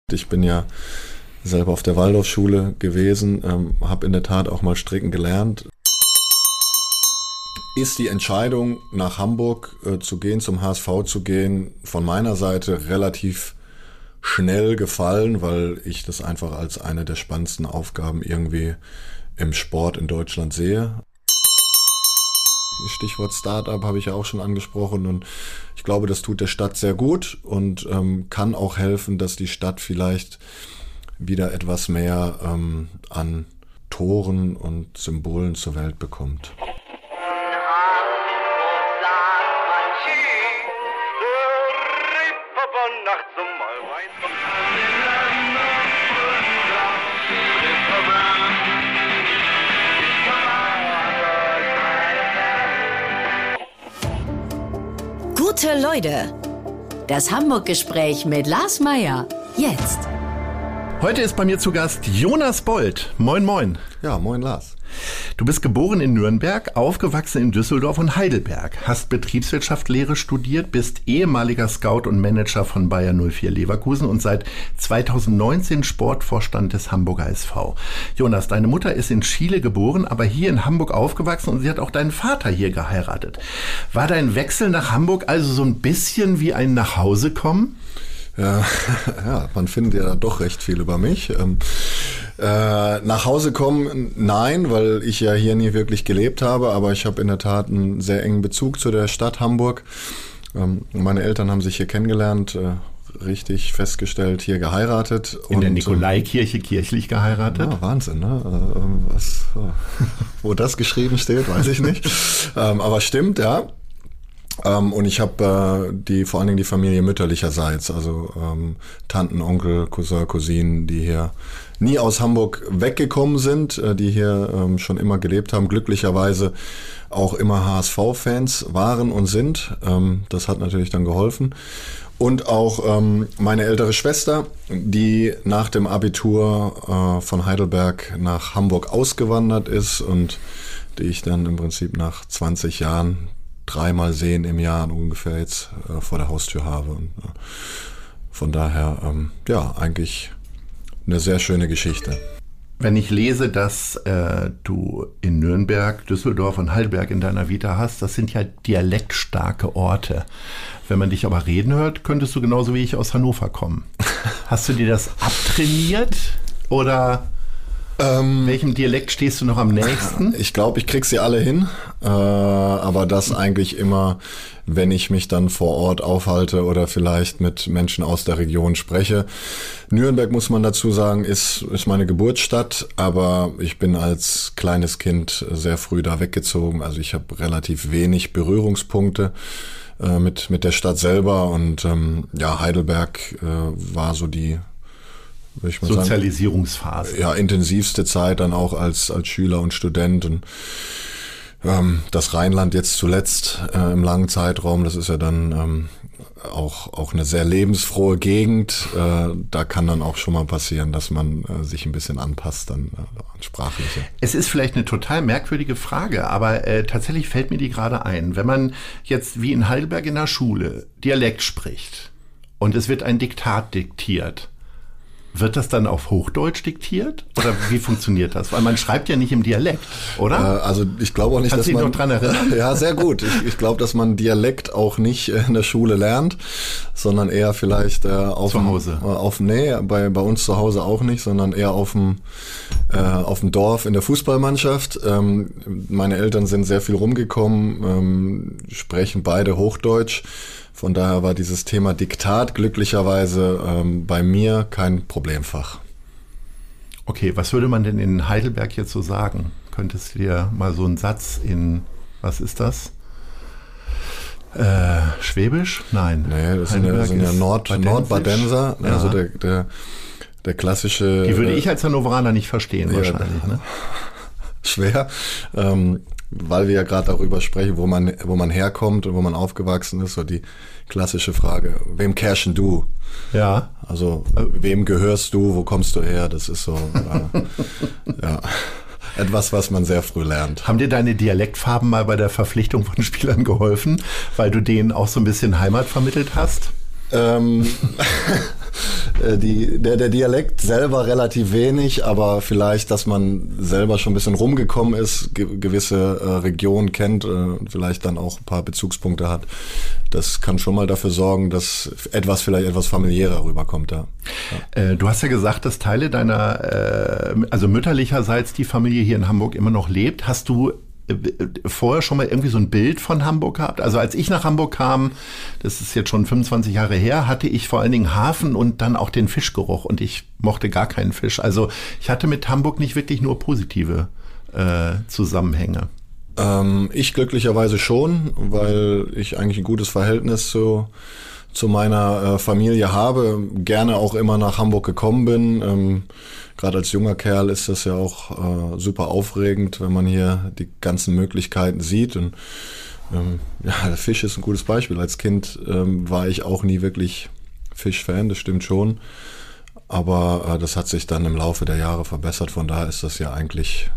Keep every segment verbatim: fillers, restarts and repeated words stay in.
Ich bin ja selber auf der Waldorfschule gewesen, ähm, habe in der Tat auch mal stricken gelernt. Ist die Entscheidung, nach Hamburg äh, zu gehen, zum H S V zu gehen, von meiner Seite relativ schnell gefallen, weil ich das einfach als eine der spannendsten Aufgaben irgendwie im Sport in Deutschland sehe. Stichwort Startup habe ich ja auch schon angesprochen und ich glaube, das tut der Stadt sehr gut und ähm, kann auch helfen, dass die Stadt vielleicht wieder etwas mehr ähm, an Toren und Symbolen zur Welt bekommt. Gute Leute, das Hamburg-Gespräch mit Lars Meyer, jetzt. Heute ist bei mir zu Gast Jonas Bold. Moin, moin. Ja, moin Lars. Du bist geboren in Nürnberg, aufgewachsen in Düsseldorf und Heidelberg, hast Betriebswirtschaftslehre studiert, bist ehemaliger Scout und Manager von Bayer null vier Leverkusen und seit zweitausendneunzehn Sportvorstand des Hamburger S V. Jonas, deine Mutter ist in Chile geboren, aber hier in Hamburg aufgewachsen und sie hat auch deinen Vater hier geheiratet. War dein Wechsel nach Hamburg also so ein bisschen wie ein Nachhausekommen? Ja, ja, man findet ja doch recht viel über mich. Ähm, äh, nach Hause kommen, nein, weil ich ja hier nie wirklich gelebt habe, aber ich habe in der Tat einen sehr engen Bezug zu der Stadt Hamburg. Ähm, meine Eltern haben sich hier kennengelernt, äh, richtig festgestellt, hier geheiratet. In und, der Nikolaikirche kirchlich geheiratet? Ja, Wahnsinn, ne? Äh, was, wo das geschrieben steht, weiß ich nicht. ähm, aber stimmt, ja. Ähm, und ich habe äh, die vor allen Dingen die Familie mütterlicherseits, also ähm, Tanten, Onkel, Cousin, Cousinen, die hier nie aus Hamburg weggekommen sind, äh, die hier ähm, schon immer gelebt haben, glücklicherweise auch immer H S V-Fans waren und sind. Ähm, das hat natürlich dann geholfen. Und auch ähm, meine ältere Schwester, die nach dem Abitur äh, von Heidelberg nach Hamburg ausgewandert ist und die ich dann im Prinzip nach zwanzig Jahren dreimal sehen im Jahr ungefähr jetzt äh, vor der Haustür habe. Und äh, von daher, ähm, ja, eigentlich eine sehr schöne Geschichte. Wenn ich lese, dass äh, du in Nürnberg, Düsseldorf und Heidelberg in deiner Vita hast, das sind ja dialektstarke Orte. Wenn man dich aber reden hört, könntest du genauso wie ich aus Hannover kommen. Hast du dir das abtrainiert oder ähm, welchem Dialekt stehst du noch am nächsten? Ich glaube, ich krieg sie alle hin, äh, aber das eigentlich immer, wenn ich mich dann vor Ort aufhalte oder vielleicht mit Menschen aus der Region spreche. Nürnberg, muss man dazu sagen, ist, ist meine Geburtsstadt, aber ich bin als kleines Kind sehr früh da weggezogen. Also ich habe relativ wenig Berührungspunkte äh, mit, mit der Stadt selber und ähm, ja, Heidelberg äh, war so die Ich mal Sozialisierungsphase. Sagen, ja, intensivste Zeit dann auch als, als Schüler und Student. Und, ähm, das Rheinland jetzt zuletzt äh, im langen Zeitraum, das ist ja dann ähm, auch, auch eine sehr lebensfrohe Gegend. Äh, da kann dann auch schon mal passieren, dass man äh, sich ein bisschen anpasst dann äh, an Sprachliche. Es ist vielleicht eine total merkwürdige Frage, aber äh, tatsächlich fällt mir die gerade ein. Wenn man jetzt wie in Heidelberg in der Schule Dialekt spricht und es wird ein Diktat diktiert, wird das dann auf Hochdeutsch diktiert? Oder wie funktioniert das? Weil man schreibt ja nicht im Dialekt, oder? Äh, also ich glaube auch nicht, Kannst dass man... Kannst du dich noch dran erinnern? Ja, sehr gut. Ich, ich glaube, dass man Dialekt auch nicht in der Schule lernt, sondern eher vielleicht äh, auf zu Hause. Dem, auf, nee, bei, bei uns zu Hause auch nicht, sondern eher auf dem, äh, auf dem Dorf in der Fußballmannschaft. Ähm, meine Eltern sind sehr viel rumgekommen, ähm, sprechen beide Hochdeutsch. Von daher war dieses Thema Diktat glücklicherweise ähm, bei mir kein Problemfach. Okay, was würde man denn in Heidelberg jetzt so sagen? Könntest du dir mal so einen Satz in, was ist das? Äh, Schwäbisch? Nein. Nee, das sind ja, sind ja Nord, Nordbadenser, ja. Also der, der, der klassische... Die würde ich als Hannoveraner nicht verstehen, ja, wahrscheinlich. Ne? Schwer. Ähm, weil wir ja gerade darüber sprechen, wo man wo man herkommt und wo man aufgewachsen ist, so die klassische Frage, wem cashen du? Ja. Also, wem gehörst du, wo kommst du her? Das ist so, äh, ja, etwas, was man sehr früh lernt. Haben dir deine Dialektfarben mal bei der Verpflichtung von Spielern geholfen, weil du denen auch so ein bisschen Heimat vermittelt hast? Ähm, äh, die, der, der Dialekt selber relativ wenig, aber vielleicht, dass man selber schon ein bisschen rumgekommen ist, ge- gewisse äh, Regionen kennt äh, und vielleicht dann auch ein paar Bezugspunkte hat. Das kann schon mal dafür sorgen, dass etwas vielleicht etwas familiärer rüberkommt. Ja. Ja. Äh, du hast ja gesagt, dass Teile deiner, äh, also mütterlicherseits die Familie hier in Hamburg immer noch lebt. Hast du vorher schon mal irgendwie so ein Bild von Hamburg gehabt? Also als ich nach Hamburg kam, das ist jetzt schon fünfundzwanzig Jahre her, hatte ich vor allen Dingen Hafen und dann auch den Fischgeruch und ich mochte gar keinen Fisch. Also ich hatte mit Hamburg nicht wirklich nur positive äh, Zusammenhänge. Ähm, ich glücklicherweise schon, weil ich eigentlich ein gutes Verhältnis zu, zu meiner äh, Familie habe, gerne auch immer nach Hamburg gekommen bin. Ähm, Gerade als junger Kerl ist das ja auch äh, super aufregend, wenn man hier die ganzen Möglichkeiten sieht. Und ähm, ja, der Fisch ist ein gutes Beispiel. Als Kind ähm, war ich auch nie wirklich Fischfan, das stimmt schon. Aber äh, das hat sich dann im Laufe der Jahre verbessert. Von daher ist das ja eigentlich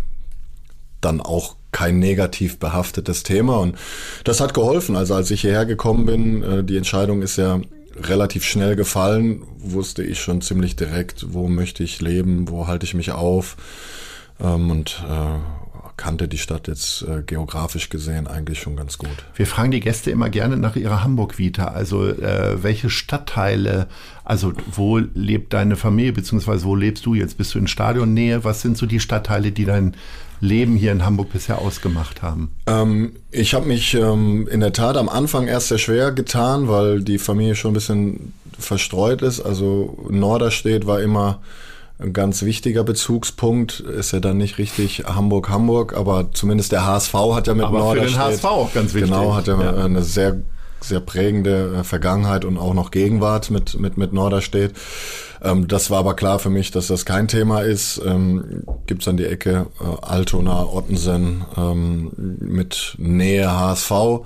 dann auch kein negativ behaftetes Thema. Und das hat geholfen. Also als ich hierher gekommen bin, äh, die Entscheidung ist ja relativ schnell gefallen, wusste ich schon ziemlich direkt, wo möchte ich leben, wo halte ich mich auf, ähm, und äh, kannte die Stadt jetzt äh, geografisch gesehen eigentlich schon ganz gut. Wir fragen die Gäste immer gerne nach ihrer Hamburg-Vita, also äh, welche Stadtteile, also wo lebt deine Familie, beziehungsweise wo lebst du jetzt? Bist du in Stadionnähe? Was sind so die Stadtteile, die dein Leben hier in Hamburg bisher ausgemacht haben? Ähm, ich habe mich ähm, in der Tat am Anfang erst sehr schwer getan, weil die Familie schon ein bisschen verstreut ist. Also Norderstedt war immer ein ganz wichtiger Bezugspunkt. Ist ja dann nicht richtig Hamburg, Hamburg, aber zumindest der H S V hat ja mit aber Norderstedt... für den H S V auch ganz wichtig. Genau, hat ja, ja. eine sehr, sehr prägende Vergangenheit und auch noch Gegenwart mit, mit, mit Norderstedt. Ähm, das war aber klar für mich, dass das kein Thema ist. Ähm, gibt's an die Ecke äh, Altona, Ottensen ähm, mit Nähe H S V.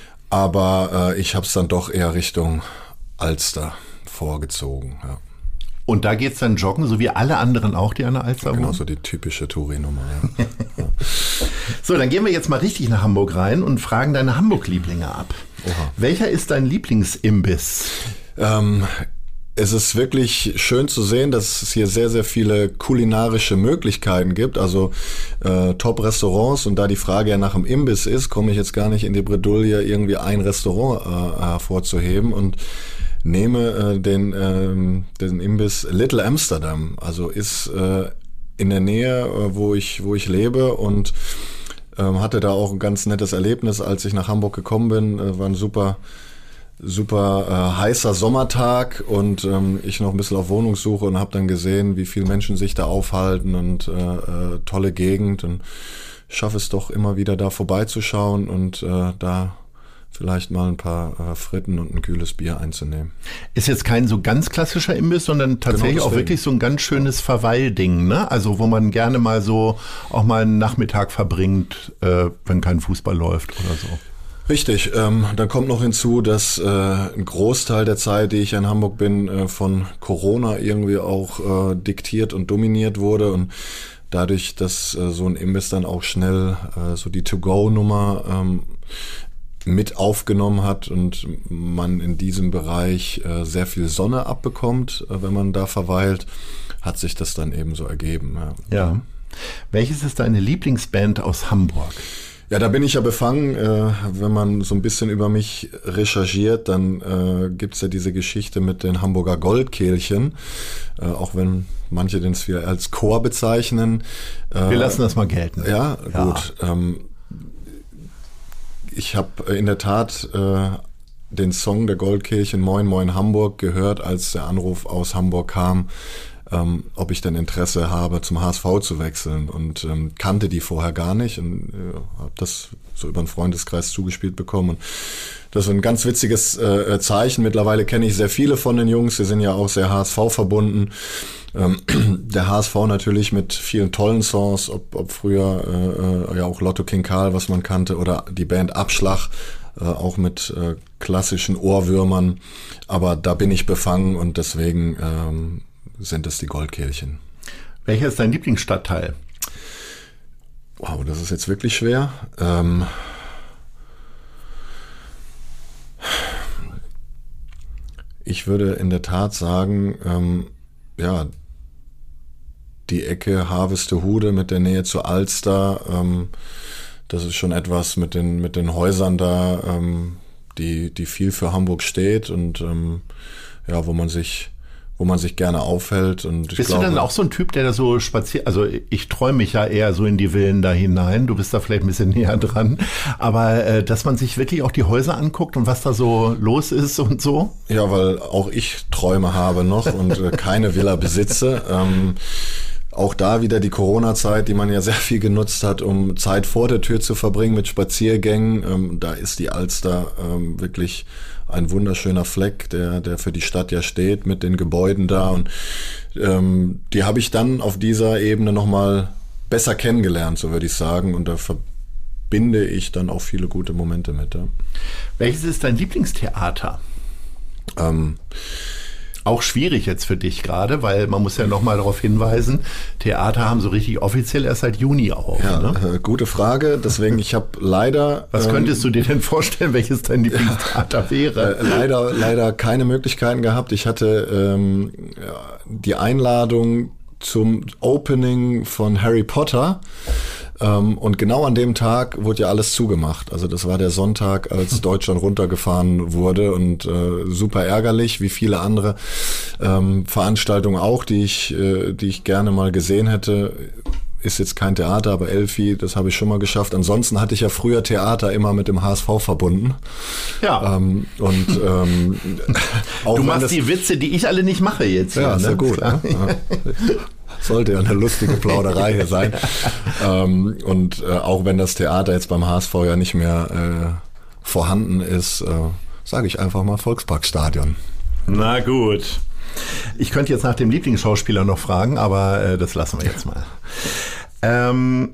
Aber äh, ich habe es dann doch eher Richtung Alster vorgezogen. Ja. Und da geht's dann joggen, so wie alle anderen auch, die an der Alster wohnen? Genau, so die typische Touri-Nummer. Ja. Ja. So, dann gehen wir jetzt mal richtig nach Hamburg rein und fragen deine Hamburg-Lieblinge ab. Oha. Welcher ist dein Lieblingsimbiss? Ähm, Es ist wirklich schön zu sehen, dass es hier sehr, sehr viele kulinarische Möglichkeiten gibt, also äh, Top-Restaurants. Und da die Frage ja nach dem Imbiss ist, komme ich jetzt gar nicht in die Bredouille, irgendwie ein Restaurant äh, hervorzuheben und nehme äh, den, äh, den Imbiss Little Amsterdam. Also ist äh, in der Nähe, äh, wo ich, wo ich lebe und äh, hatte da auch ein ganz nettes Erlebnis, als ich nach Hamburg gekommen bin. Äh, war ein super... super äh, heißer Sommertag und ähm, ich noch ein bisschen auf Wohnungssuche und habe dann gesehen, wie viele Menschen sich da aufhalten und äh, äh, tolle Gegend und schaffe es doch immer wieder da vorbeizuschauen und äh, da vielleicht mal ein paar äh, Fritten und ein kühles Bier einzunehmen. Ist jetzt kein so ganz klassischer Imbiss, sondern tatsächlich Genau auch wirklich so ein ganz schönes Verweilding, ne? Also wo man gerne mal so auch mal einen Nachmittag verbringt, äh, wenn kein Fußball läuft oder so. Richtig, ähm, dann kommt noch hinzu, dass äh, ein Großteil der Zeit, die ich in Hamburg bin, äh, von Corona irgendwie auch äh, diktiert und dominiert wurde und dadurch, dass äh, so ein Imbiss dann auch schnell äh, so die To-Go-Nummer ähm, mit aufgenommen hat und man in diesem Bereich äh, sehr viel Sonne abbekommt, äh, wenn man da verweilt, hat sich das dann eben so ergeben. Ja. Ja. Welches ist deine Lieblingsband aus Hamburg? Ja, da bin ich ja befangen. Äh, wenn man so ein bisschen über mich recherchiert, dann äh, gibt's ja diese Geschichte mit den Hamburger Goldkehlchen, äh, auch wenn manche den es wieder als Chor bezeichnen. Äh, Wir lassen das mal gelten. Ja, Ja. gut. Ähm, ich habe in der Tat äh, den Song der Goldkehlchen Moin Moin Hamburg gehört, als der Anruf aus Hamburg kam, ähm, ob ich denn Interesse habe, zum H S V zu wechseln und ähm, kannte die vorher gar nicht und äh, habe das so über einen Freundeskreis zugespielt bekommen. Und das ist ein ganz witziges äh, Zeichen. Mittlerweile kenne ich sehr viele von den Jungs, die sind ja auch sehr H S V verbunden. Ähm, der H S V natürlich mit vielen tollen Songs, ob, ob früher äh, ja auch Lotto King Karl, was man kannte, oder die Band Abschlag, äh, auch mit äh, klassischen Ohrwürmern. Aber da bin ich befangen und deswegen ähm, sind es die Goldkehlchen. Welcher ist dein Lieblingsstadtteil? Wow, das ist jetzt wirklich schwer. Ähm ich würde in der Tat sagen, ähm, ja, die Ecke Harvestehude mit der Nähe zu Alster, ähm, das ist schon etwas mit den mit den Häusern da, ähm, die die viel für Hamburg steht und ähm, ja, wo man sich wo man sich gerne aufhält. Und ich bist glaube, du dann auch so ein Typ, der da so spaziert, also ich träume mich ja eher so in die Villen da hinein, du bist da vielleicht ein bisschen näher dran, aber äh, dass man sich wirklich auch die Häuser anguckt und was da so los ist und so? Ja, weil auch ich Träume habe noch und äh, keine Villa besitze. Ähm, Auch da wieder die Corona-Zeit, die man ja sehr viel genutzt hat, um Zeit vor der Tür zu verbringen mit Spaziergängen. Ähm, da ist die Alster ähm, wirklich ein wunderschöner Fleck, der der für die Stadt ja steht, mit den Gebäuden da. Und ähm, die habe ich dann auf dieser Ebene nochmal besser kennengelernt, so würde ich sagen. Und da verbinde ich dann auch viele gute Momente mit. Ja. Welches ist dein Lieblingstheater? Ähm, Auch schwierig jetzt für dich gerade, weil man muss ja noch mal darauf hinweisen, Theater haben so richtig offiziell erst seit Juni auf. Ja, ne? äh, gute Frage. Deswegen, ich habe leider... Was ähm, könntest du dir denn vorstellen, welches dein Lieblingstheater wäre? Äh, leider, leider keine Möglichkeiten gehabt. Ich hatte ähm, ja, die Einladung zum Opening von Harry Potter. Ähm, und genau an dem Tag wurde ja alles zugemacht. Also das war der Sonntag, als Deutschland runtergefahren wurde und äh, super ärgerlich, wie viele andere ähm, Veranstaltungen auch, die ich, äh, die ich gerne mal gesehen hätte. Ist jetzt kein Theater, aber Elfi, das habe ich schon mal geschafft. Ansonsten hatte ich ja früher Theater immer mit dem H S V verbunden. Ja. Ähm, und ähm, auch du wenn machst das, die Witze, die ich alle nicht mache jetzt. ja, hier, sehr ne? gut. Ne? Ja. Sollte ja eine lustige Plauderei hier sein. ähm, und äh, auch wenn das Theater jetzt beim H S V ja nicht mehr äh, vorhanden ist, äh, sage ich einfach mal Volksparkstadion. Na gut. Ich könnte jetzt nach dem Lieblingsschauspieler noch fragen, aber äh, das lassen wir jetzt mal. Ähm,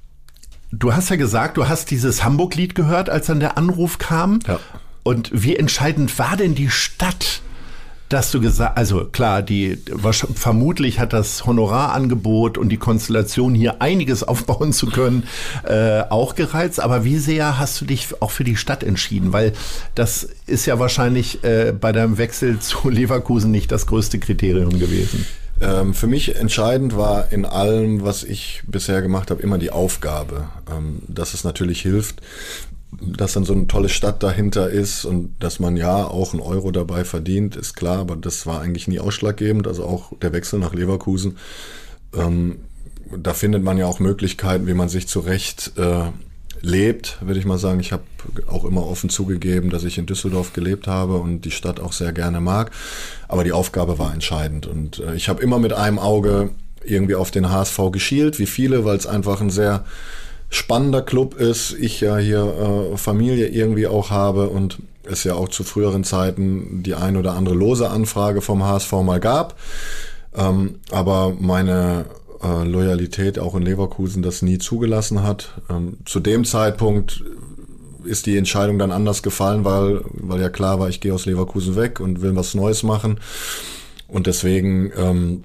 du hast ja gesagt, du hast dieses Hamburg-Lied gehört, als dann der Anruf kam. Ja. Und wie entscheidend war denn die Stadt, dass du gesagt, also klar, die vermutlich hat das Honorarangebot und die Konstellation hier einiges aufbauen zu können äh, auch gereizt, aber wie sehr hast du dich auch für die Stadt entschieden? Weil das ist ja wahrscheinlich äh, bei deinem Wechsel zu Leverkusen nicht das größte Kriterium gewesen. Ähm, für mich entscheidend war in allem, was ich bisher gemacht habe, immer die Aufgabe, ähm, dass es natürlich hilft, dass dann so eine tolle Stadt dahinter ist und dass man ja auch einen Euro dabei verdient, ist klar, aber das war eigentlich nie ausschlaggebend, also auch der Wechsel nach Leverkusen. Ähm, da findet man ja auch Möglichkeiten, wie man sich zurecht äh, lebt, würde ich mal sagen. Ich habe auch immer offen zugegeben, dass ich in Düsseldorf gelebt habe und die Stadt auch sehr gerne mag, aber die Aufgabe war entscheidend und äh, ich habe immer mit einem Auge irgendwie auf den H S V geschielt, wie viele, weil es einfach ein sehr spannender Club ist, ich ja hier äh, Familie irgendwie auch habe und es ja auch zu früheren Zeiten die ein oder andere lose Anfrage vom H S V mal gab. Ähm, aber meine äh, Loyalität auch in Leverkusen das nie zugelassen hat. Ähm, zu dem Zeitpunkt ist die Entscheidung dann anders gefallen, weil, weil ja klar war, ich gehe aus Leverkusen weg und will was Neues machen. Und deswegen ähm,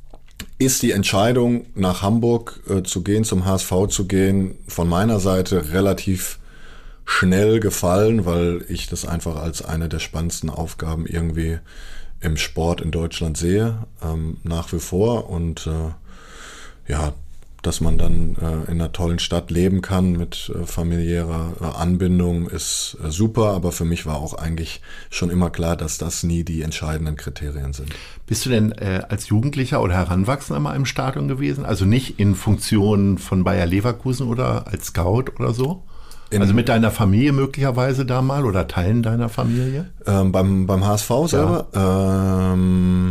ist die Entscheidung, nach Hamburg äh, zu gehen, zum H S V zu gehen, von meiner Seite relativ schnell gefallen, weil ich das einfach als eine der spannendsten Aufgaben irgendwie im Sport in Deutschland sehe, ähm, nach wie vor. Und äh, ja, dass man dann äh, in einer tollen Stadt leben kann mit äh, familiärer äh, Anbindung ist äh, super, aber für mich war auch eigentlich schon immer klar, dass das nie die entscheidenden Kriterien sind. Bist du denn äh, als Jugendlicher oder Heranwachsender mal im Stadion gewesen? Also nicht in Funktion von Bayer Leverkusen oder als Scout oder so? In, also mit deiner Familie möglicherweise da mal oder Teilen deiner Familie? Ähm, beim, beim H S V selber? Ja. Ähm,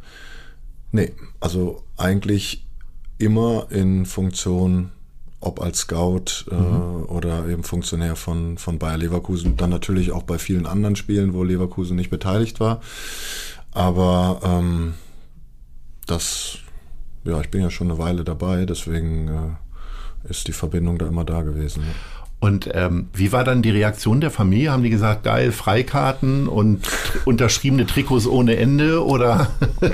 nee, also eigentlich immer in Funktion, ob als Scout äh, mhm. oder eben Funktionär von, von Bayer Leverkusen. Dann natürlich auch bei vielen anderen Spielen, wo Leverkusen nicht beteiligt war. Aber ähm, das, ja, ich bin ja schon eine Weile dabei, deswegen äh, ist die Verbindung da immer da gewesen. Ja. Und ähm, wie war dann die Reaktion der Familie? Haben die gesagt, geil, Freikarten und unterschriebene Trikots ohne Ende? Oder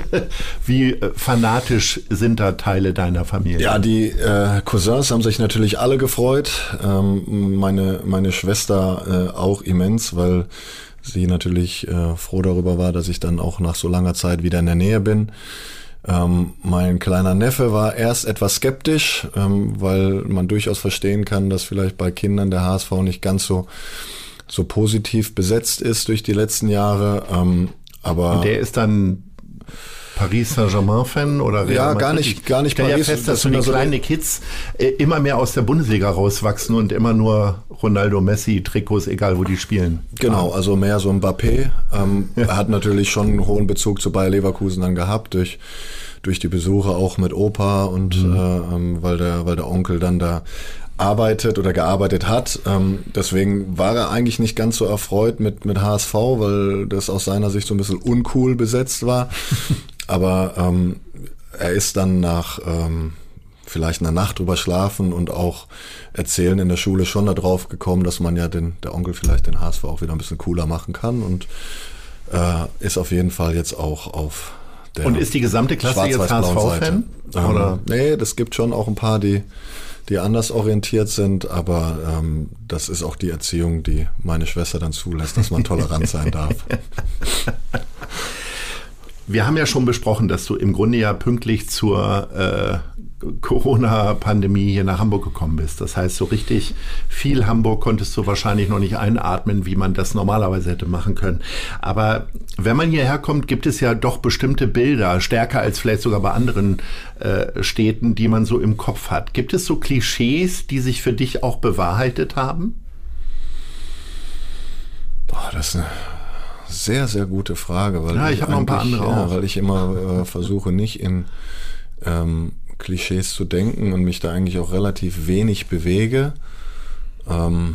wie äh, fanatisch sind da Teile deiner Familie? Ja, die äh, Cousins haben sich natürlich alle gefreut. Ähm, meine, meine Schwester äh, auch immens, weil sie natürlich äh, froh darüber war, dass ich dann auch nach so langer Zeit wieder in der Nähe bin. Ähm, mein kleiner Neffe war erst etwas skeptisch, ähm, weil man durchaus verstehen kann, dass vielleicht bei Kindern der H S V nicht ganz so so positiv besetzt ist durch die letzten Jahre. Ähm, aber Und der ist dann Paris Saint-Germain-Fan oder Real Ja, Madrid? gar nicht, gar nicht ich stell Paris. ja fest, dass Das so die sind also- kleinen Kids äh, immer mehr aus der Bundesliga rauswachsen und immer nur Ronaldo, Messi, Trikots, egal wo die spielen. Genau, also mehr so Mbappé. Ähm, Er hat natürlich schon einen hohen Bezug zu Bayer Leverkusen dann gehabt, durch, durch die Besuche auch mit Opa und mhm. äh, ähm, weil der, weil der Onkel dann da arbeitet oder gearbeitet hat. Ähm, deswegen war er eigentlich nicht ganz so erfreut mit, mit H S V, weil das aus seiner Sicht so ein bisschen uncool besetzt war. Aber ähm, er ist dann nach ähm, vielleicht einer Nacht drüber schlafen und auch erzählen in der Schule schon darauf gekommen, dass man ja den, der Onkel vielleicht den H S V auch wieder ein bisschen cooler machen kann und äh, ist auf jeden Fall jetzt auch auf der Und ist die gesamte Klasse jetzt H S V-Fan? Ähm, Oder? Nee, das gibt schon auch ein paar, die die anders orientiert sind, aber ähm, das ist auch die Erziehung, die meine Schwester dann zulässt, dass man tolerant sein darf. Wir haben ja schon besprochen, dass du im Grunde ja pünktlich zur äh, Corona-Pandemie hier nach Hamburg gekommen bist. Das heißt, so richtig viel Hamburg konntest du wahrscheinlich noch nicht einatmen, wie man das normalerweise hätte machen können. Aber wenn man hierher kommt, gibt es ja doch bestimmte Bilder, stärker als vielleicht sogar bei anderen äh, Städten, die man so im Kopf hat. Gibt es so Klischees, die sich für dich auch bewahrheitet haben? Boah, das ist eine sehr, sehr gute Frage. Weil ja, ich, ich habe noch ein paar andere ja, auch. Weil ich immer äh, versuche, nicht in ähm, Klischees zu denken und mich da eigentlich auch relativ wenig bewege. Ähm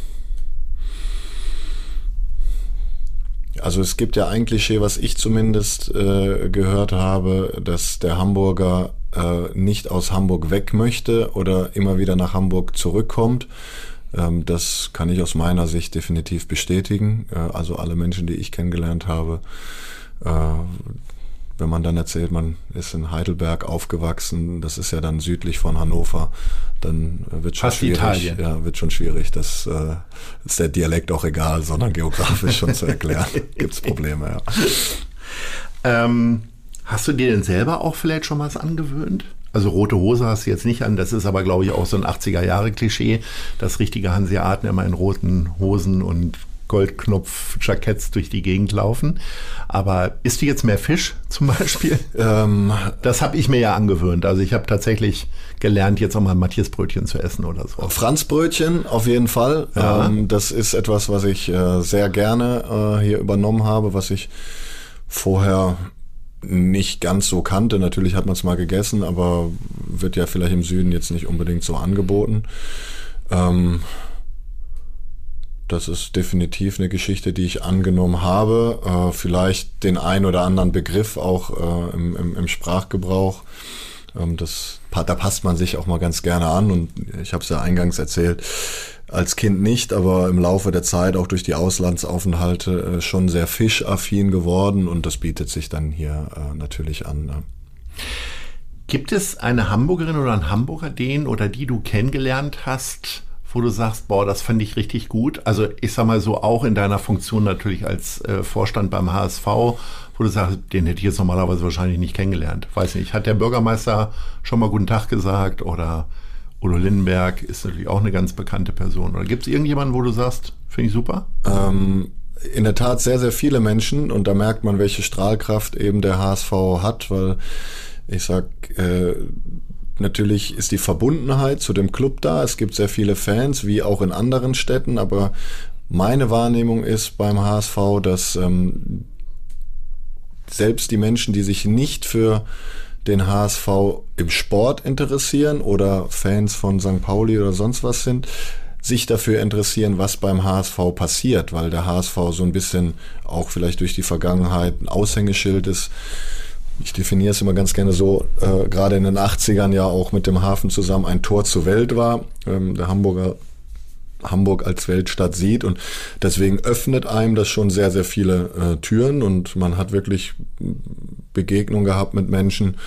also es gibt ja ein Klischee, was ich zumindest äh, gehört habe, dass der Hamburger äh, nicht aus Hamburg weg möchte oder immer wieder nach Hamburg zurückkommt. Ähm, das kann ich aus meiner Sicht definitiv bestätigen. Äh, also alle Menschen, die ich kennengelernt habe, äh, wenn man dann erzählt, man ist in Heidelberg aufgewachsen, das ist ja dann südlich von Hannover, dann wird schon Fast schwierig. Italien. Ja, wird schon schwierig. Das äh, ist der Dialekt auch egal, sondern geografisch schon zu erklären. Gibt's Probleme, ja. Ähm, hast du dir denn selber auch vielleicht schon was angewöhnt? Also rote Hose hast du jetzt nicht an, das ist aber, glaube ich, auch so ein achtziger-Jahre-Klischee, dass richtige Hanseaten immer in roten Hosen und Goldknopf-Jacketts durch die Gegend laufen. Aber isst du jetzt mehr Fisch zum Beispiel? Ähm, das habe ich mir ja angewöhnt. Also ich habe tatsächlich gelernt, jetzt auch mal Matthias-Brötchen zu essen oder so. Franzbrötchen auf jeden Fall. Ja. Ähm, das ist etwas, was ich äh, sehr gerne äh, hier übernommen habe, was ich vorher nicht ganz so kannte. Natürlich hat man es mal gegessen, aber wird ja vielleicht im Süden jetzt nicht unbedingt so angeboten. Ähm, Das ist definitiv eine Geschichte, die ich angenommen habe. Äh, vielleicht den ein oder anderen Begriff auch äh, im, im, im Sprachgebrauch. Ähm, das, da passt man sich auch mal ganz gerne an. Und ich habe es ja eingangs erzählt, als Kind nicht, aber im Laufe der Zeit auch durch die Auslandsaufenthalte äh, schon sehr fischaffin geworden. Und das bietet sich dann hier äh, natürlich an. Ne? Gibt es eine Hamburgerin oder einen Hamburger, den oder die du kennengelernt hast, wo du sagst, boah, das fand ich richtig gut? Also ich sag mal so, auch in deiner Funktion natürlich als äh, Vorstand beim H S V, wo du sagst, den hätte ich jetzt normalerweise wahrscheinlich nicht kennengelernt. Weiß nicht, hat der Bürgermeister schon mal guten Tag gesagt oder Udo Lindenberg ist natürlich auch eine ganz bekannte Person. Oder gibt es irgendjemanden, wo du sagst, finde ich super? Ähm, in der Tat sehr, sehr viele Menschen und da merkt man, welche Strahlkraft eben der H S V hat, weil ich sag, äh, natürlich ist die Verbundenheit zu dem Club da. Es gibt sehr viele Fans, wie auch in anderen Städten. Aber meine Wahrnehmung ist beim H S V, dass ähm, selbst die Menschen, die sich nicht für den H S V im Sport interessieren oder Fans von Sankt Pauli oder sonst was sind, sich dafür interessieren, was beim H S V passiert. Weil der H S V so ein bisschen auch vielleicht durch die Vergangenheit ein Aushängeschild ist. Ich definiere es immer ganz gerne so, äh, gerade in den achtzigern ja auch mit dem Hafen zusammen ein Tor zur Welt war, ähm, der Hamburger Hamburg als Weltstadt sieht und deswegen öffnet einem das schon sehr, sehr viele äh, Türen und man hat wirklich Begegnungen gehabt mit Menschen,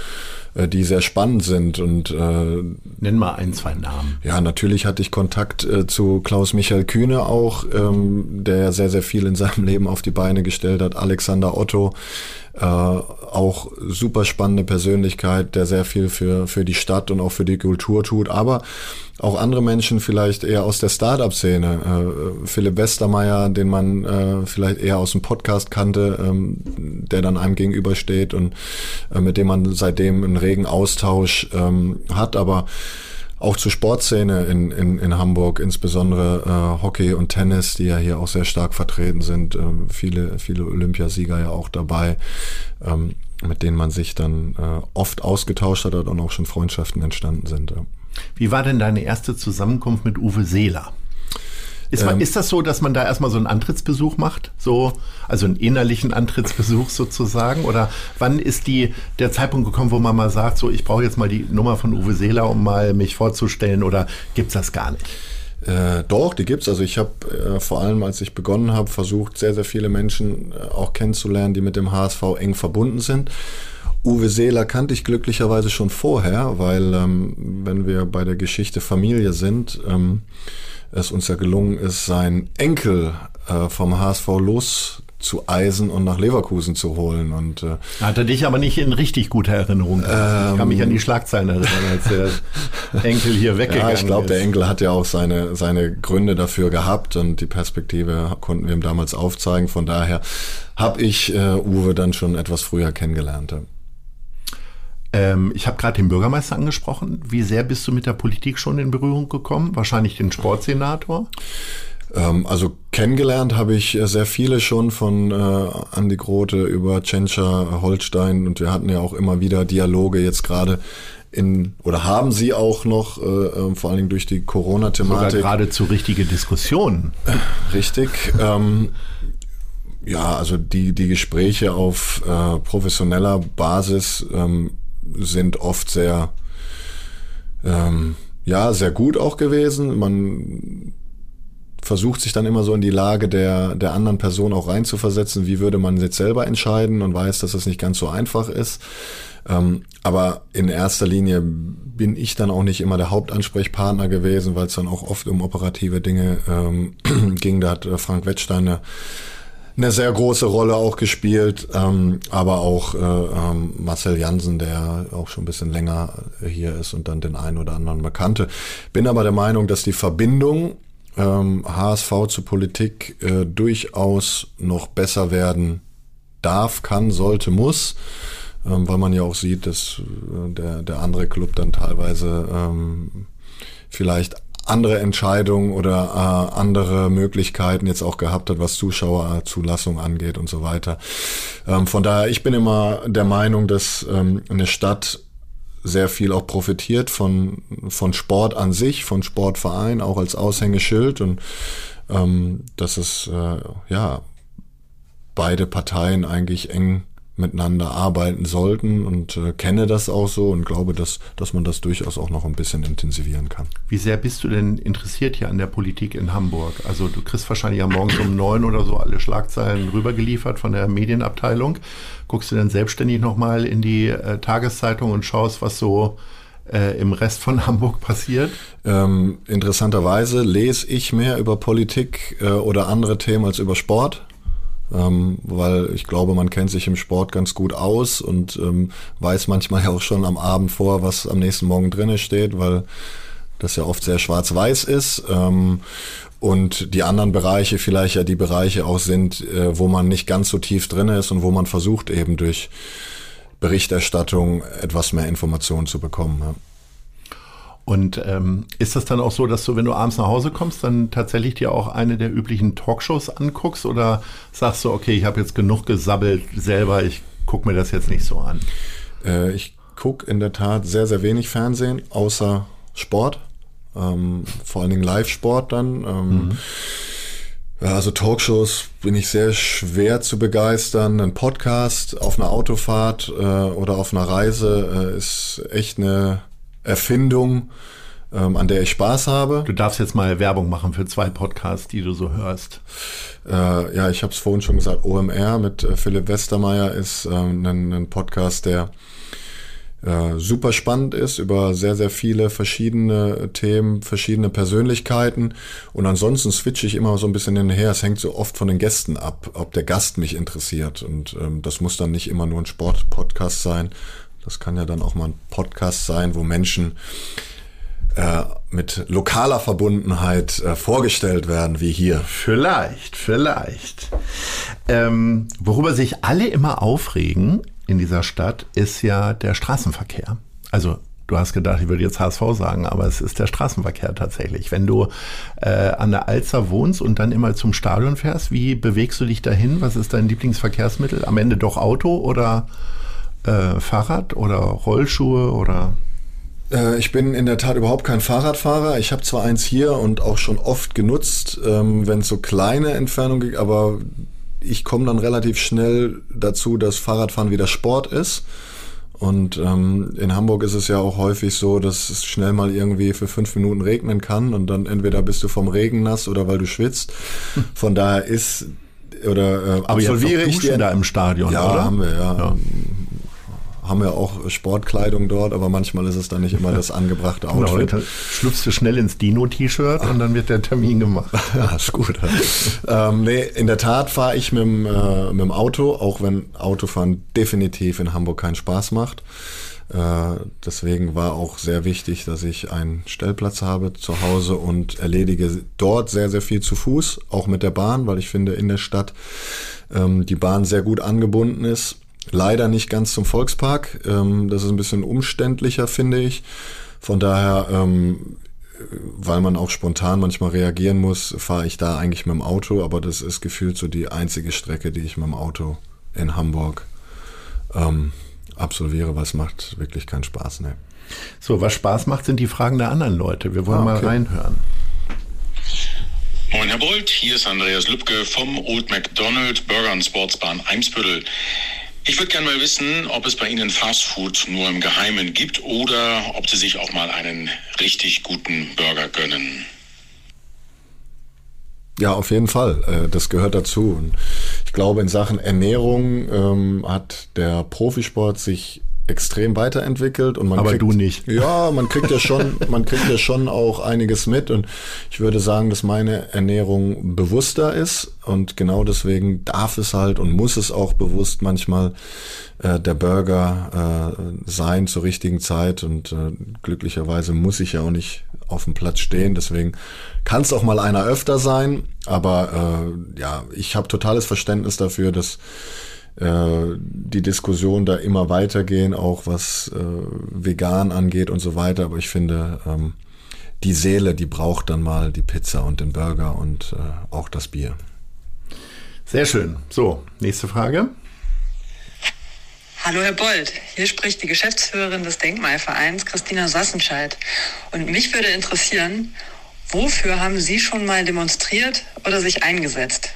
die sehr spannend sind. Und äh, nenn mal ein, zwei Namen. Ja, natürlich hatte ich Kontakt äh, zu Klaus-Michael Kühne auch, ähm, der sehr, sehr viel in seinem Leben auf die Beine gestellt hat. Alexander Otto, äh, auch super spannende Persönlichkeit, der sehr viel für, für die Stadt und auch für die Kultur tut. Aber auch andere Menschen vielleicht eher aus der Start-up-Szene. Äh, Philipp Westermeier, den man äh, vielleicht eher aus dem Podcast kannte, ähm, der dann einem gegenübersteht und äh, mit dem man seitdem einen regen Austausch ähm, hat. Aber auch zur Sportszene in, in, in Hamburg, insbesondere äh, Hockey und Tennis, die ja hier auch sehr stark vertreten sind. Äh, viele, viele Olympiasieger ja auch dabei, ähm, mit denen man sich dann äh, oft ausgetauscht hat und auch schon Freundschaften entstanden sind. Ja. Wie war denn deine erste Zusammenkunft mit Uwe Seeler? Ist, man, ähm, ist das so, dass man da erstmal so einen Antrittsbesuch macht? So, also einen innerlichen Antrittsbesuch sozusagen? Oder wann ist die, der Zeitpunkt gekommen, wo man mal sagt, so, ich brauche jetzt mal die Nummer von Uwe Seeler, um mal mich vorzustellen, oder gibt's das gar nicht? Äh, doch, die gibt's. Also ich habe äh, vor allem, als ich begonnen habe, versucht, sehr, sehr viele Menschen äh, auch kennenzulernen, die mit dem H S V eng verbunden sind. Uwe Seeler kannte ich glücklicherweise schon vorher, weil ähm, wenn wir bei der Geschichte Familie sind, ähm, es uns ja gelungen ist, seinen Enkel äh, vom H S V loszueisen und nach Leverkusen zu holen. Und äh, hat er dich aber nicht in richtig guter Erinnerung. Ähm, ich kann mich an die Schlagzeilen erinnern, als der Enkel hier weggegangen ist. Ja, ich glaube, der Enkel hat ja auch seine, seine Gründe dafür gehabt und die Perspektive konnten wir ihm damals aufzeigen. Von daher habe ich äh, Uwe dann schon etwas früher kennengelernt. Ja. Ähm, ich habe gerade den Bürgermeister angesprochen. Wie sehr bist du mit der Politik schon in Berührung gekommen? Wahrscheinlich den Sportsenator? Ähm, also kennengelernt habe ich sehr viele schon, von äh, Andi Grote über Tschentscher, Holstein, und wir hatten ja auch immer wieder Dialoge jetzt gerade in, oder haben sie auch noch, äh, vor allen Dingen durch die Corona-Thematik. Sogar geradezu richtige Diskussionen. Richtig. Ähm, ja, also die, die Gespräche auf äh, professioneller Basis ähm, sind oft sehr, ähm, ja, sehr gut auch gewesen. Man versucht sich dann immer so in die Lage der, der anderen Person auch reinzuversetzen. Wie würde man jetzt selber entscheiden, und weiß, dass es nicht ganz so einfach ist. Ähm, aber in erster Linie bin ich dann auch nicht immer der Hauptansprechpartner gewesen, weil es dann auch oft um operative Dinge ähm, ging. Da hat äh, Frank Wettstein eine eine sehr große Rolle auch gespielt, ähm, aber auch äh, ähm, Marcel Jansen, der auch schon ein bisschen länger hier ist und dann den einen oder anderen bekannte. Bin aber der Meinung, dass die Verbindung ähm, H S V zu Politik äh, durchaus noch besser werden darf, kann, sollte, muss, ähm, weil man ja auch sieht, dass äh, der, der andere Club dann teilweise ähm, vielleicht andere Entscheidungen oder äh, andere Möglichkeiten jetzt auch gehabt hat, was Zuschauerzulassung angeht und so weiter. Ähm, von daher, ich bin immer der Meinung, dass ähm, eine Stadt sehr viel auch profitiert von von Sport an sich, von Sportverein, auch als Aushängeschild, und ähm, dass es äh, ja beide Parteien eigentlich eng miteinander arbeiten sollten, und äh, kenne das auch so und glaube, dass dass man das durchaus auch noch ein bisschen intensivieren kann. Wie sehr bist du denn interessiert hier an der Politik in Hamburg? Also du kriegst wahrscheinlich am Morgens um neun oder so alle Schlagzeilen rübergeliefert von der Medienabteilung. Guckst du dann selbstständig nochmal in die äh, Tageszeitung und schaust, was so äh, im Rest von Hamburg passiert? Ähm, interessanterweise lese ich mehr über Politik äh, oder andere Themen als über Sport. Ähm, weil ich glaube, man kennt sich im Sport ganz gut aus und ähm, weiß manchmal ja auch schon am Abend vor, was am nächsten Morgen drinne steht, weil das ja oft sehr schwarz-weiß ist. Ähm, und die anderen Bereiche vielleicht ja die Bereiche auch sind, äh, wo man nicht ganz so tief drinne ist und wo man versucht, eben durch Berichterstattung etwas mehr Informationen zu bekommen. Ja. Und ähm, ist das dann auch so, dass du, wenn du abends nach Hause kommst, dann tatsächlich dir auch eine der üblichen Talkshows anguckst, oder sagst du, okay, ich habe jetzt genug gesabbelt selber, ich gucke mir das jetzt nicht so an? Äh, ich gucke in der Tat sehr, sehr wenig Fernsehen, außer Sport, ähm, vor allen Dingen Live-Sport dann. Ähm, mhm. Ja, also Talkshows bin ich sehr schwer zu begeistern. Ein Podcast auf einer Autofahrt äh, oder auf einer Reise äh, ist echt eine Erfindung, ähm, an der ich Spaß habe. Du darfst jetzt mal Werbung machen für zwei Podcasts, die du so hörst. Äh, ja, ich habe es vorhin schon gesagt, O M R mit äh, Philipp Westermeier ist äh, ein, ein Podcast, der äh, super spannend ist, über sehr, sehr viele verschiedene Themen, verschiedene Persönlichkeiten. Und ansonsten switche ich immer so ein bisschen hin und her. Es hängt so oft von den Gästen ab, ob der Gast mich interessiert. Und ähm, das muss dann nicht immer nur ein Sport-Podcast sein. Das kann ja dann auch mal ein Podcast sein, wo Menschen äh, mit lokaler Verbundenheit äh, vorgestellt werden, wie hier. Vielleicht, vielleicht. Ähm, worüber sich alle immer aufregen in dieser Stadt, ist ja der Straßenverkehr. Also du hast gedacht, ich würde jetzt H S V sagen, aber es ist der Straßenverkehr tatsächlich. Wenn du äh, an der Alster wohnst und dann immer zum Stadion fährst, wie bewegst du dich dahin? Was ist dein Lieblingsverkehrsmittel? Am Ende doch Auto oder äh, Fahrrad oder Rollschuhe oder... Ich bin in der Tat überhaupt kein Fahrradfahrer. Ich habe zwar eins hier und auch schon oft genutzt, ähm, wenn es so kleine Entfernungen gibt, aber ich komme dann relativ schnell dazu, dass Fahrradfahren wieder Sport ist. Und ähm, in Hamburg ist es ja auch häufig so, dass es schnell mal irgendwie für fünf Minuten regnen kann und dann entweder bist du vom Regen nass oder weil du schwitzt. Von daher ist oder äh, aber absolviere ich die da im Stadion, ja, oder? Haben wir, ja. ja. Haben wir auch Sportkleidung dort, aber manchmal ist es dann nicht immer das angebrachte Outfit. Genau, schlüpfst du schnell ins Dino-T-Shirt und dann wird der Termin gemacht. Ja, ist gut. ähm, nee, in der Tat fahre ich mit dem, äh, mit dem Auto, auch wenn Autofahren definitiv in Hamburg keinen Spaß macht. Äh, deswegen war auch sehr wichtig, dass ich einen Stellplatz habe zu Hause und erledige dort sehr, sehr viel zu Fuß, auch mit der Bahn, weil ich finde, in der Stadt ähm, die Bahn sehr gut angebunden ist. Leider nicht ganz zum Volkspark. Ähm, das ist ein bisschen umständlicher, finde ich. Von daher, ähm, weil man auch spontan manchmal reagieren muss, fahre ich da eigentlich mit dem Auto. Aber das ist gefühlt so die einzige Strecke, die ich mit dem Auto in Hamburg ähm, absolviere, weil es macht wirklich keinen Spaß. Ne. So, was Spaß macht, sind die Fragen der anderen Leute. Wir wollen ah, okay. mal reinhören. Moin Herr Bold, hier ist Andreas Lübke vom Old MacDonald Burger und Sportsbahn Eimsbüttel. Ich würde gerne mal wissen, ob es bei Ihnen Fastfood nur im Geheimen gibt oder ob Sie sich auch mal einen richtig guten Burger gönnen. Ja, auf jeden Fall. Das gehört dazu. Und ich glaube, in Sachen Ernährung ähm, hat der Profisport sich extrem weiterentwickelt und man aber kriegt, du nicht. Ja, man kriegt ja schon, man kriegt ja schon auch einiges mit und ich würde sagen, dass meine Ernährung bewusster ist und genau deswegen darf es halt und muss es auch bewusst manchmal äh, der Burger äh, sein zur richtigen Zeit und äh, glücklicherweise muss ich ja auch nicht auf dem Platz stehen, deswegen kann es auch mal einer öfter sein, aber äh, ja, ich habe totales Verständnis dafür, dass die Diskussion da immer weitergehen, auch was äh, vegan angeht und so weiter. Aber ich finde, ähm, die Seele, die braucht dann mal die Pizza und den Burger und äh, auch das Bier. Sehr schön. So, nächste Frage. Hallo Herr Bold, hier spricht die Geschäftsführerin des Denkmalvereins, Christina Sassenscheid. Und mich würde interessieren, wofür haben Sie schon mal demonstriert oder sich eingesetzt?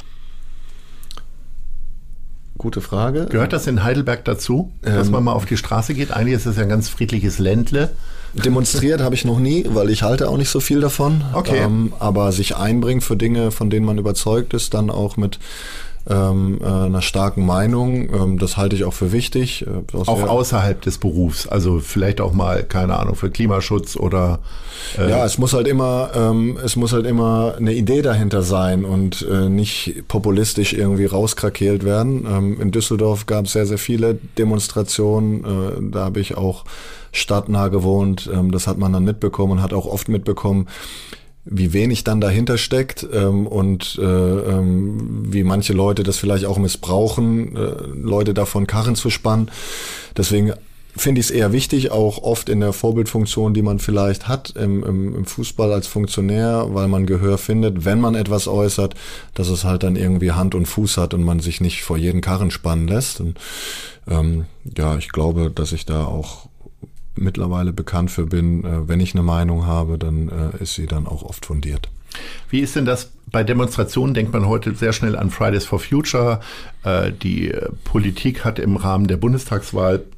Gute Frage. Gehört das in Heidelberg dazu, dass ähm, man mal auf die Straße geht? Eigentlich ist das ja ein ganz friedliches Ländle. Demonstriert habe ich noch nie, weil ich halte auch nicht so viel davon. Okay. Ähm, aber sich einbringen für Dinge, von denen man überzeugt ist, dann auch mit ähm, äh, einer starken Meinung, ähm, das halte ich auch für wichtig. Äh, auch außerhalb des Berufs, also vielleicht auch mal, keine Ahnung, für Klimaschutz oder... Äh ja, es muss halt immer, ähm, es muss halt immer eine Idee dahinter sein und äh, nicht populistisch irgendwie rauskrakeelt werden. Ähm, in Düsseldorf gab es sehr, sehr viele Demonstrationen, äh, da habe ich auch stadtnah gewohnt, ähm, das hat man dann mitbekommen und hat auch oft mitbekommen, wie wenig dann dahinter steckt ähm, und äh, ähm, wie manche Leute das vielleicht auch missbrauchen, äh, Leute davon Karren zu spannen. Deswegen finde ich es eher wichtig, auch oft in der Vorbildfunktion, die man vielleicht hat im, im, im Fußball als Funktionär, weil man Gehör findet, wenn man etwas äußert, dass es halt dann irgendwie Hand und Fuß hat und man sich nicht vor jeden Karren spannen lässt. Und ähm, ja, ich glaube, dass ich da auch mittlerweile bekannt für bin, äh, wenn ich eine Meinung habe, dann äh, ist sie dann auch oft fundiert. Wie ist denn das bei Demonstrationen? Denkt man heute sehr schnell an Fridays for Future. Äh, die äh, Politik hat im Rahmen der Bundestagswahl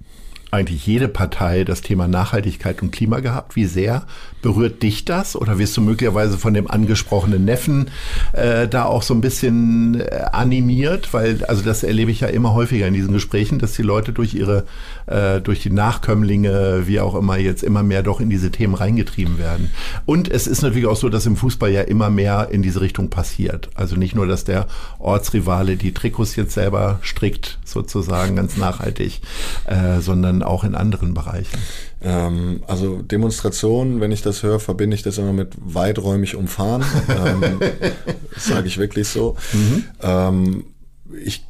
eigentlich jede Partei das Thema Nachhaltigkeit und Klima gehabt. Wie sehr berührt dich das? Oder wirst du möglicherweise von dem angesprochenen Neffen äh, da auch so ein bisschen äh, animiert? Weil, also das erlebe ich ja immer häufiger in diesen Gesprächen, dass die Leute durch ihre, äh, durch die Nachkömmlinge, wie auch immer, jetzt immer mehr doch in diese Themen reingetrieben werden. Und es ist natürlich auch so, dass im Fußball ja immer mehr in diese Richtung passiert. Also nicht nur, dass der Ortsrivale die Trikots jetzt selber strickt, sozusagen ganz nachhaltig, äh, sondern auch in anderen Bereichen. Ähm, also Demonstrationen, wenn ich das höre, verbinde ich das immer mit weiträumig umfahren. ähm, das sage ich wirklich so. Mhm. Ähm, ich,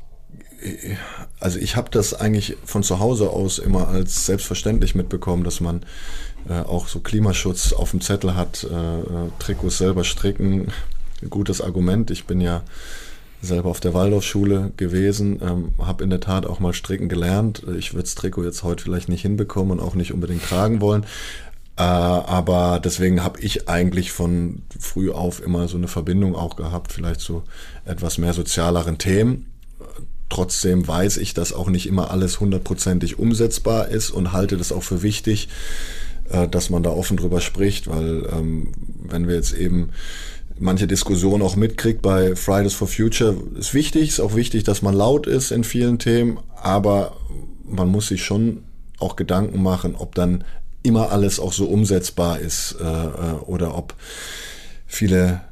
also ich habe das eigentlich von zu Hause aus immer als selbstverständlich mitbekommen, dass man äh, auch so Klimaschutz auf dem Zettel hat, äh, Trikots selber stricken. Gutes Argument. Ich bin ja selber auf der Waldorfschule gewesen, ähm, habe in der Tat auch mal stricken gelernt. Ich würde das Trikot jetzt heute vielleicht nicht hinbekommen und auch nicht unbedingt tragen wollen. Äh, aber deswegen habe ich eigentlich von früh auf immer so eine Verbindung auch gehabt, vielleicht zu etwas mehr sozialeren Themen. Trotzdem weiß ich, dass auch nicht immer alles hundertprozentig umsetzbar ist und halte das auch für wichtig, äh, dass man da offen drüber spricht, weil ähm, wenn wir jetzt eben manche Diskussionen auch mitkriegt bei Fridays for Future, ist wichtig, ist auch wichtig, dass man laut ist in vielen Themen, aber man muss sich schon auch Gedanken machen, ob dann immer alles auch so umsetzbar ist äh, oder ob viele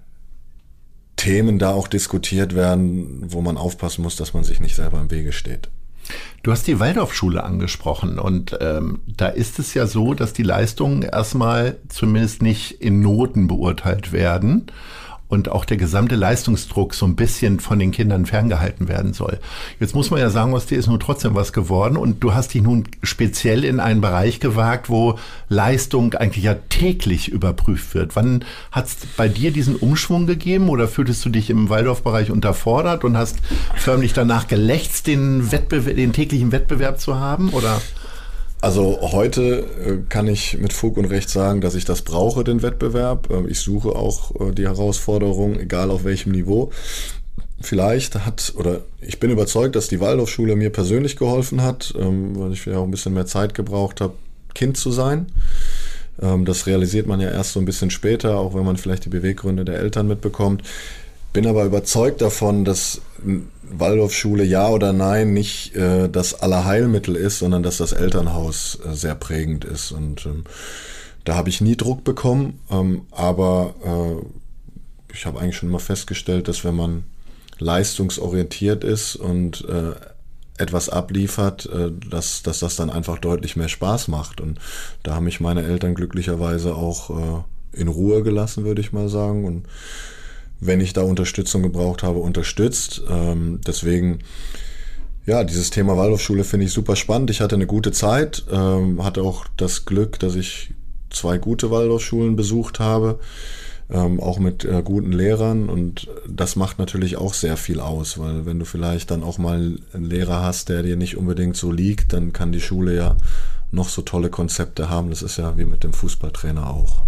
Themen da auch diskutiert werden, wo man aufpassen muss, dass man sich nicht selber im Wege steht. Du hast die Waldorfschule angesprochen und ähm, da ist es ja so, dass die Leistungen erstmal zumindest nicht in Noten beurteilt werden und auch der gesamte Leistungsdruck so ein bisschen von den Kindern ferngehalten werden soll. Jetzt muss man ja sagen, aus dir ist nun trotzdem was geworden und du hast dich nun speziell in einen Bereich gewagt, wo Leistung eigentlich ja täglich überprüft wird. Wann hat es bei dir diesen Umschwung gegeben oder fühltest du dich im Waldorfbereich unterfordert und hast förmlich danach gelächzt, den Wettbewerb, den täglichen Wettbewerb zu haben, oder? Also heute äh, kann ich mit Fug und Recht sagen, dass ich das brauche, den Wettbewerb. Äh, ich suche auch äh, die Herausforderung, egal auf welchem Niveau. Vielleicht hat, oder ich bin überzeugt, dass die Waldorfschule mir persönlich geholfen hat, ähm, weil ich ja auch ein bisschen mehr Zeit gebraucht habe, Kind zu sein. Ähm, das realisiert man ja erst so ein bisschen später, auch wenn man vielleicht die Beweggründe der Eltern mitbekommt. Bin aber überzeugt davon, dass Waldorfschule ja oder nein nicht äh, das Allerheilmittel ist, sondern dass das Elternhaus äh, sehr prägend ist. Und ähm, da habe ich nie Druck bekommen, ähm, aber äh, ich habe eigentlich schon immer festgestellt, dass wenn man leistungsorientiert ist und äh, etwas abliefert, äh, dass, dass das dann einfach deutlich mehr Spaß macht. Und da haben mich meine Eltern glücklicherweise auch äh, in Ruhe gelassen, würde ich mal sagen. Und wenn ich da Unterstützung gebraucht habe, unterstützt. Ähm, deswegen, ja, dieses Thema Waldorfschule finde ich super spannend. Ich hatte eine gute Zeit, ähm, hatte auch das Glück, dass ich zwei gute Waldorfschulen besucht habe, ähm, auch mit äh, guten Lehrern, und das macht natürlich auch sehr viel aus, weil wenn du vielleicht dann auch mal einen Lehrer hast, der dir nicht unbedingt so liegt, dann kann die Schule ja noch so tolle Konzepte haben. Das ist ja wie mit dem Fußballtrainer auch.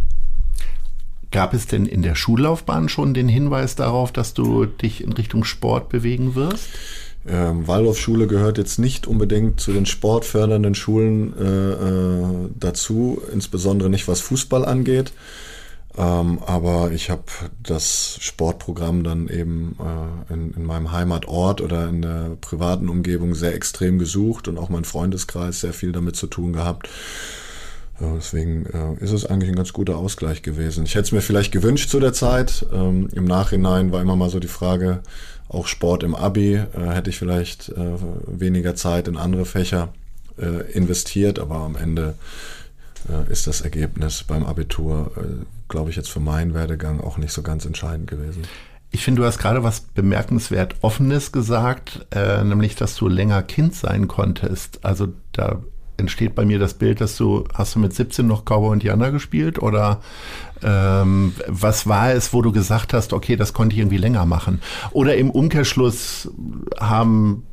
Gab es denn in der Schullaufbahn schon den Hinweis darauf, dass du dich in Richtung Sport bewegen wirst? Ähm, Waldorfschule gehört jetzt nicht unbedingt zu den sportfördernden Schulen äh, äh, dazu, insbesondere nicht was Fußball angeht. Ähm, aber ich habe das Sportprogramm dann eben äh, in, in meinem Heimatort oder in der privaten Umgebung sehr extrem gesucht und auch mein Freundeskreis sehr viel damit zu tun gehabt. Deswegen äh, ist es eigentlich ein ganz guter Ausgleich gewesen. Ich hätte es mir vielleicht gewünscht zu der Zeit. Ähm, im Nachhinein war immer mal so die Frage, auch Sport im Abi, äh, hätte ich vielleicht äh, weniger Zeit in andere Fächer äh, investiert, aber am Ende äh, ist das Ergebnis beim Abitur, äh, glaube ich, jetzt für meinen Werdegang auch nicht so ganz entscheidend gewesen. Ich finde, du hast gerade was bemerkenswert Offenes gesagt, äh, nämlich, dass du länger Kind sein konntest. Also da entsteht bei mir das Bild, dass du, hast du mit siebzehn noch Cowboy und Indianer gespielt, oder ähm, was war es, wo du gesagt hast, okay, das konnte ich irgendwie länger machen? Oder im Umkehrschluss haben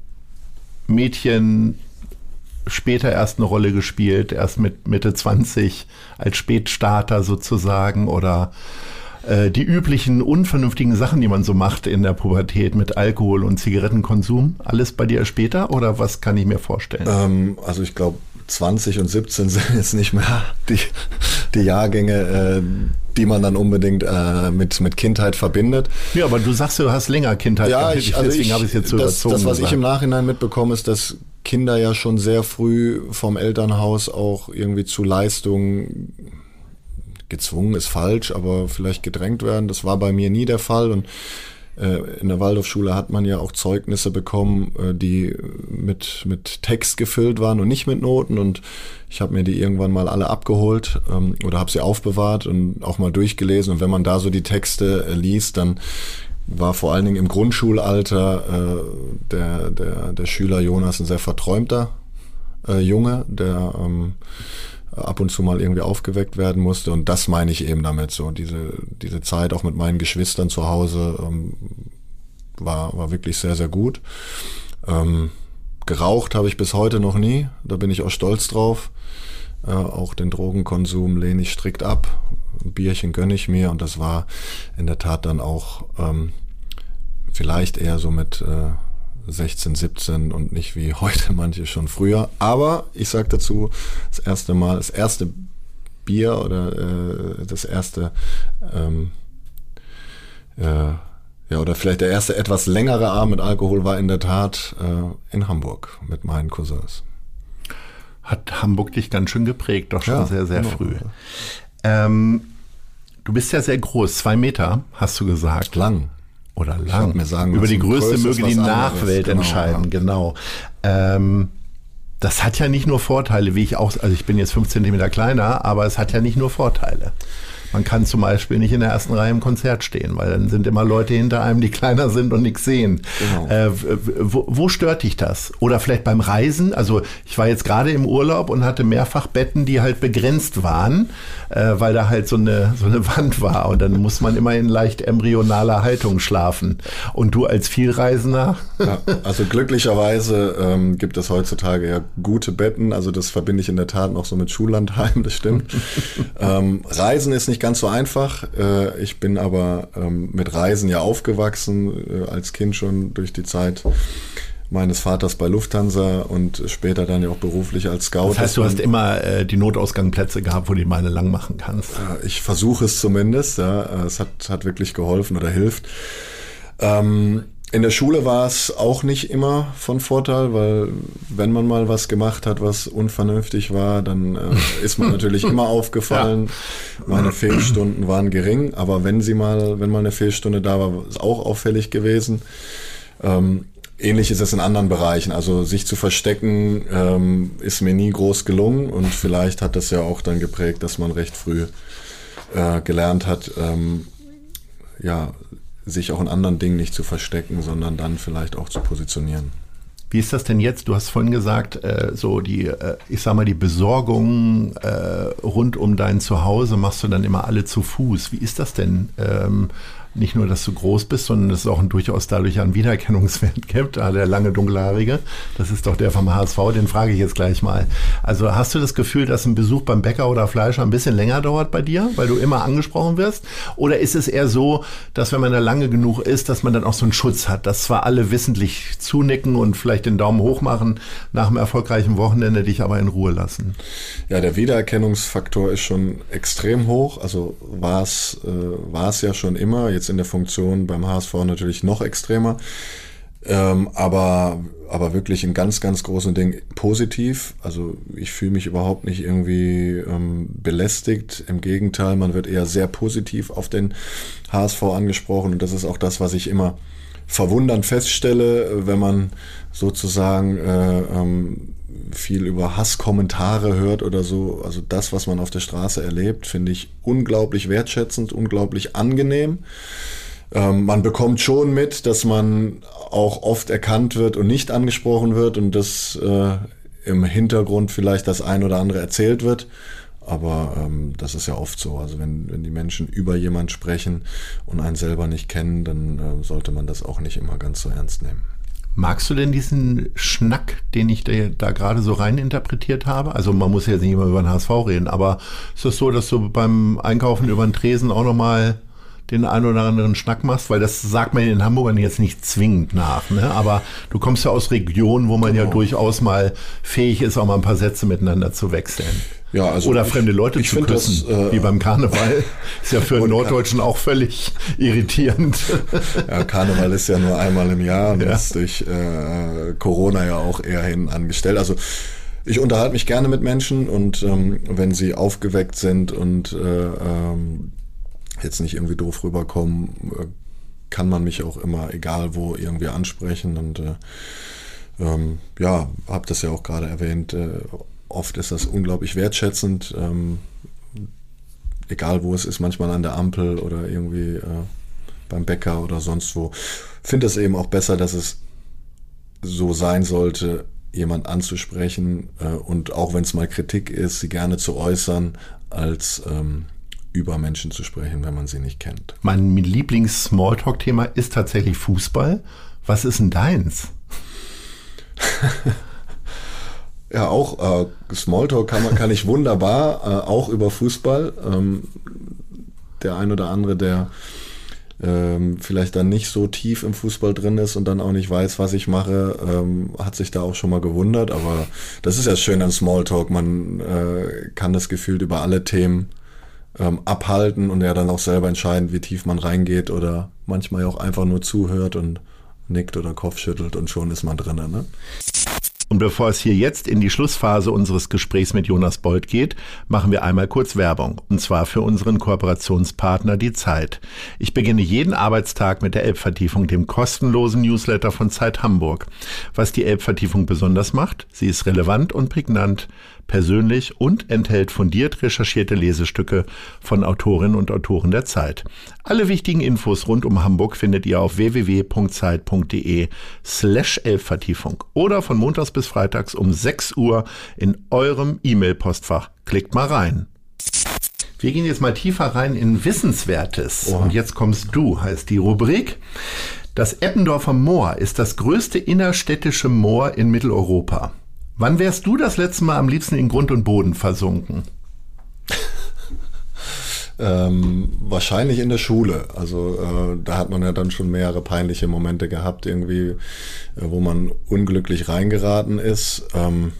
Mädchen später erst eine Rolle gespielt, erst mit Mitte zwanzig als Spätstarter sozusagen, oder äh, die üblichen unvernünftigen Sachen, die man so macht in der Pubertät mit Alkohol und Zigarettenkonsum, alles bei dir später, oder was kann ich mir vorstellen? Ähm, also ich glaube, zwanzig und siebzehn sind jetzt nicht mehr die, die Jahrgänge, äh, die man dann unbedingt äh, mit, mit Kindheit verbindet. Ja, aber du sagst, du hast länger Kindheit. Ja, ich, also deswegen ich, habe ich es jetzt so das, überzogen. Das, was gesagt. ich im Nachhinein mitbekomme, ist, dass Kinder ja schon sehr früh vom Elternhaus auch irgendwie zu Leistungen gezwungen ist falsch, aber vielleicht gedrängt werden. Das war bei mir nie der Fall und äh, in der Waldorfschule hat man ja auch Zeugnisse bekommen, äh, die mit, mit Text gefüllt waren und nicht mit Noten und ich habe mir die irgendwann mal alle abgeholt ähm, oder habe sie aufbewahrt und auch mal durchgelesen und wenn man da so die Texte äh, liest, dann war vor allen Dingen im Grundschulalter äh, der, der, der Schüler Jonas ein sehr verträumter äh, Junge, der ähm, ab und zu mal irgendwie aufgeweckt werden musste und das meine ich eben damit so, diese, diese Zeit auch mit meinen Geschwistern zu Hause ähm, war, war wirklich sehr, sehr gut. Ähm, geraucht habe ich bis heute noch nie, da bin ich auch stolz drauf. Äh, auch den Drogenkonsum lehne ich strikt ab, ein Bierchen gönne ich mir und das war in der Tat dann auch ähm, vielleicht eher so mit äh, sechzehn, siebzehn und nicht wie heute manche schon früher. Aber ich sage dazu, das erste Mal, das erste Bier oder äh, das erste, ähm, äh, ja oder vielleicht der erste etwas längere Abend mit Alkohol war in der Tat äh, in Hamburg mit meinen Cousins. Hat Hamburg dich ganz schön geprägt, doch schon ja, sehr, sehr genau. früh. Ähm, du bist ja sehr groß, zwei Meter, hast du gesagt. Lang. Oder Ich lang. hab mir sagen Über die lassen, Größe Größe möge ist die was Nachwelt anderes. Genau, entscheiden, ja. genau. Ähm, das hat ja nicht nur Vorteile, wie ich auch, also ich bin jetzt fünf Zentimeter kleiner, aber es hat ja nicht nur Vorteile. Man kann zum Beispiel nicht in der ersten Reihe im Konzert stehen, weil dann sind immer Leute hinter einem, die kleiner sind und nichts sehen. Genau. Äh, wo, wo stört dich das? Oder vielleicht beim Reisen? Also ich war jetzt gerade im Urlaub und hatte mehrfach Betten, die halt begrenzt waren, äh, weil da halt so eine, so eine Wand war. Und dann muss man immer in leicht embryonaler Haltung schlafen. Und du als Vielreisender? Ja, also glücklicherweise ähm, gibt es heutzutage ja gute Betten. Also das verbinde ich in der Tat noch so mit Schullandheim, das stimmt. ähm, Reisen ist nicht ganz so einfach. Äh, ich bin aber ähm, mit Reisen ja aufgewachsen, äh, als Kind schon durch die Zeit meines Vaters bei Lufthansa und später dann ja auch beruflich als Scout. Das heißt, du hast immer äh, die Notausgangplätze gehabt, wo du die Beine lang machen kannst. Äh, ich versuche es zumindest. Ja. Es hat, hat wirklich geholfen oder hilft. Ähm, In der Schule war es auch nicht immer von Vorteil, weil wenn man mal was gemacht hat, was unvernünftig war, dann äh, ist man natürlich immer aufgefallen. Ja. Meine Fehlstunden waren gering, aber wenn sie mal, wenn mal eine Fehlstunde da war, ist auch auffällig gewesen. Ähm, ähnlich ist es in anderen Bereichen. Also sich zu verstecken ähm, ist mir nie groß gelungen und vielleicht hat das ja auch dann geprägt, dass man recht früh äh, gelernt hat, ähm, ja, sich auch in anderen Dingen nicht zu verstecken, sondern dann vielleicht auch zu positionieren. Wie ist das denn jetzt? Du hast vorhin gesagt, äh, so die, äh, ich sag mal, die Besorgung äh, rund um dein Zuhause machst du dann immer alle zu Fuß. Wie ist das denn? Ähm, nicht nur, dass du groß bist, sondern dass es auch ein, durchaus dadurch einen Wiedererkennungswert gibt. Ah, der lange Dunkelhaarige, das ist doch der vom H S V, den frage ich jetzt gleich mal. Also hast du das Gefühl, dass ein Besuch beim Bäcker oder Fleischer ein bisschen länger dauert bei dir, weil du immer angesprochen wirst? Oder ist es eher so, dass wenn man da lange genug ist, dass man dann auch so einen Schutz hat, dass zwar alle wissentlich zunicken und vielleicht den Daumen hoch machen nach einem erfolgreichen Wochenende, dich aber in Ruhe lassen? Ja, der Wiedererkennungsfaktor ist schon extrem hoch. Also war es äh, war es ja schon immer. Jetzt in der Funktion beim H S V natürlich noch extremer. Ähm, aber, aber wirklich in ganz, ganz großen Dingen positiv. Also ich fühle mich überhaupt nicht irgendwie ähm, belästigt. Im Gegenteil, man wird eher sehr positiv auf den H S V angesprochen. Und das ist auch das, was ich immer verwundernd feststelle, wenn man sozusagen äh, ähm, viel über Hasskommentare hört oder so. Also das, was man auf der Straße erlebt, finde ich unglaublich wertschätzend, unglaublich angenehm. Ähm, man bekommt schon mit, dass man auch oft erkannt wird und nicht angesprochen wird und dass äh, im Hintergrund vielleicht das ein oder andere erzählt wird. Aber ähm, das ist ja oft so. Also wenn, wenn die Menschen über jemanden sprechen und einen selber nicht kennen, dann äh, sollte man das auch nicht immer ganz so ernst nehmen. Magst du denn diesen Schnack, den ich da, da gerade so rein interpretiert habe? Also man muss ja jetzt nicht immer über den H S V reden, aber ist es so, dass du beim Einkaufen über den Tresen auch nochmal den einen oder anderen Schnack machst, weil das sagt man den Hamburgern jetzt nicht zwingend nach, ne? Aber du kommst ja aus Regionen, wo man genau. ja durchaus mal fähig ist, auch mal ein paar Sätze miteinander zu wechseln. Ja, also oder ich, fremde Leute ich zu küssen, das, äh, wie beim Karneval. Ist ja für einen Norddeutschen auch völlig irritierend. Ja, Karneval ist ja nur einmal im Jahr und ja. ist durch äh, Corona ja auch eher hinten angestellt. Also ich unterhalte mich gerne mit Menschen und ähm, wenn sie aufgeweckt sind und äh, ähm, jetzt nicht irgendwie doof rüberkommen, äh, kann man mich auch immer, egal wo, irgendwie ansprechen. Und äh, ähm, ja, habe das ja auch gerade erwähnt, äh, oft ist das unglaublich wertschätzend, ähm, egal wo es ist, manchmal an der Ampel oder irgendwie äh, beim Bäcker oder sonst wo. Finde es eben auch besser, dass es so sein sollte, jemand anzusprechen äh, und auch wenn es mal Kritik ist, sie gerne zu äußern, als ähm, über Menschen zu sprechen, wenn man sie nicht kennt. Mein Lieblings-Smalltalk-Thema ist tatsächlich Fußball. Was ist denn deins? Ja, auch äh, Smalltalk kann man kann ich wunderbar, äh, auch über Fußball. Ähm, der ein oder andere, der ähm, vielleicht dann nicht so tief im Fußball drin ist und dann auch nicht weiß, was ich mache, ähm, hat sich da auch schon mal gewundert. Aber das ist ja schön an Smalltalk. Man äh, kann das gefühlt über alle Themen ähm, abhalten und ja dann auch selber entscheiden, wie tief man reingeht oder manchmal auch einfach nur zuhört und nickt oder Kopf schüttelt und schon ist man drin, ne? Und bevor es hier jetzt in die Schlussphase unseres Gesprächs mit Jonas Bold geht, machen wir einmal kurz Werbung. Und zwar für unseren Kooperationspartner Die Zeit. Ich beginne jeden Arbeitstag mit der Elbvertiefung, dem kostenlosen Newsletter von Zeit Hamburg. Was die Elbvertiefung besonders macht, sie ist relevant und prägnant, persönlich und enthält fundiert recherchierte Lesestücke von Autorinnen und Autoren der Zeit. Alle wichtigen Infos rund um Hamburg findet ihr auf w w w punkt zeit punkt d e slash Elbvertiefung oder von montags bis freitags um sechs Uhr in eurem E-Mail-Postfach. Klickt mal rein. Wir gehen jetzt mal tiefer rein in Wissenswertes. Oh. Und jetzt kommst du, heißt die Rubrik. Das Eppendorfer Moor ist das größte innerstädtische Moor in Mitteleuropa. Wann wärst du das letzte Mal am liebsten in Grund und Boden versunken? ähm, wahrscheinlich in der Schule. Also äh, da hat man ja dann schon mehrere peinliche Momente gehabt, irgendwie, äh, wo man unglücklich reingeraten ist. Ähm,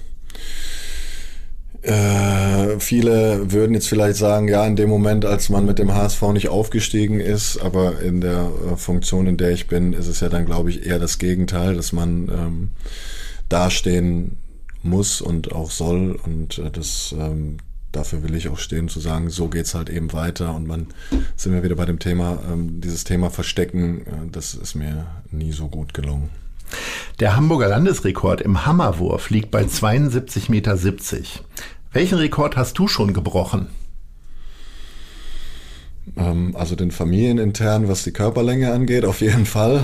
äh, viele würden jetzt vielleicht sagen, ja, in dem Moment, als man mit dem H S V nicht aufgestiegen ist, aber in der äh, Funktion, in der ich bin, ist es ja dann, glaube ich, eher das Gegenteil, dass man ähm, dastehen muss und auch soll und äh, das ähm, dafür will ich auch stehen, zu sagen, so geht's halt eben weiter und man sind wir wieder bei dem Thema, ähm, dieses Thema Verstecken, äh, das ist mir nie so gut gelungen. Der Hamburger Landesrekord im Hammerwurf liegt bei zweiundsiebzig Meter siebzig. Welchen Rekord hast du schon gebrochen? Ähm, also den familienintern, was die Körperlänge angeht, auf jeden Fall.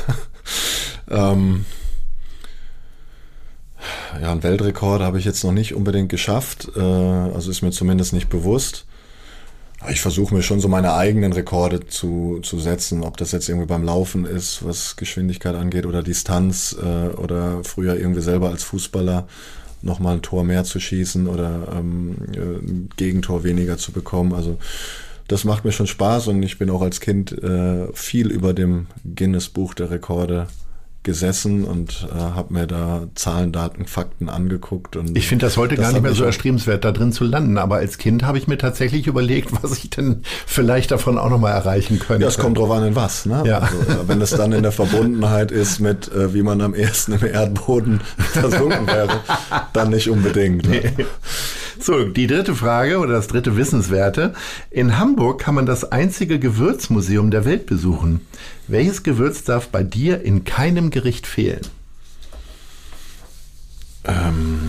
ähm, Ja, einen Weltrekord habe ich jetzt noch nicht unbedingt geschafft, äh, also ist mir zumindest nicht bewusst. Ich versuche mir schon so meine eigenen Rekorde zu, zu setzen, ob das jetzt irgendwie beim Laufen ist, was Geschwindigkeit angeht oder Distanz äh, oder früher irgendwie selber als Fußballer nochmal ein Tor mehr zu schießen oder ähm, ein Gegentor weniger zu bekommen. Also das macht mir schon Spaß und ich bin auch als Kind äh, viel über dem Guinness-Buch der Rekorde gesessen und äh, habe mir da Zahlen, Daten, Fakten angeguckt. Und ich finde das heute das gar nicht mehr so erstrebenswert, da drin zu landen. Aber als Kind habe ich mir tatsächlich überlegt, was ich denn vielleicht davon auch nochmal erreichen könnte. Ja, es kommt drauf an, in was. Ne? Ja. Also, wenn es dann in der Verbundenheit ist mit, äh, wie man am ersten im Erdboden versunken wäre, dann nicht unbedingt. Ne? Nee. So, die dritte Frage oder das dritte Wissenswerte. In Hamburg kann man das einzige Gewürzmuseum der Welt besuchen. Welches Gewürz darf bei dir in keinem Gericht fehlen? Ähm,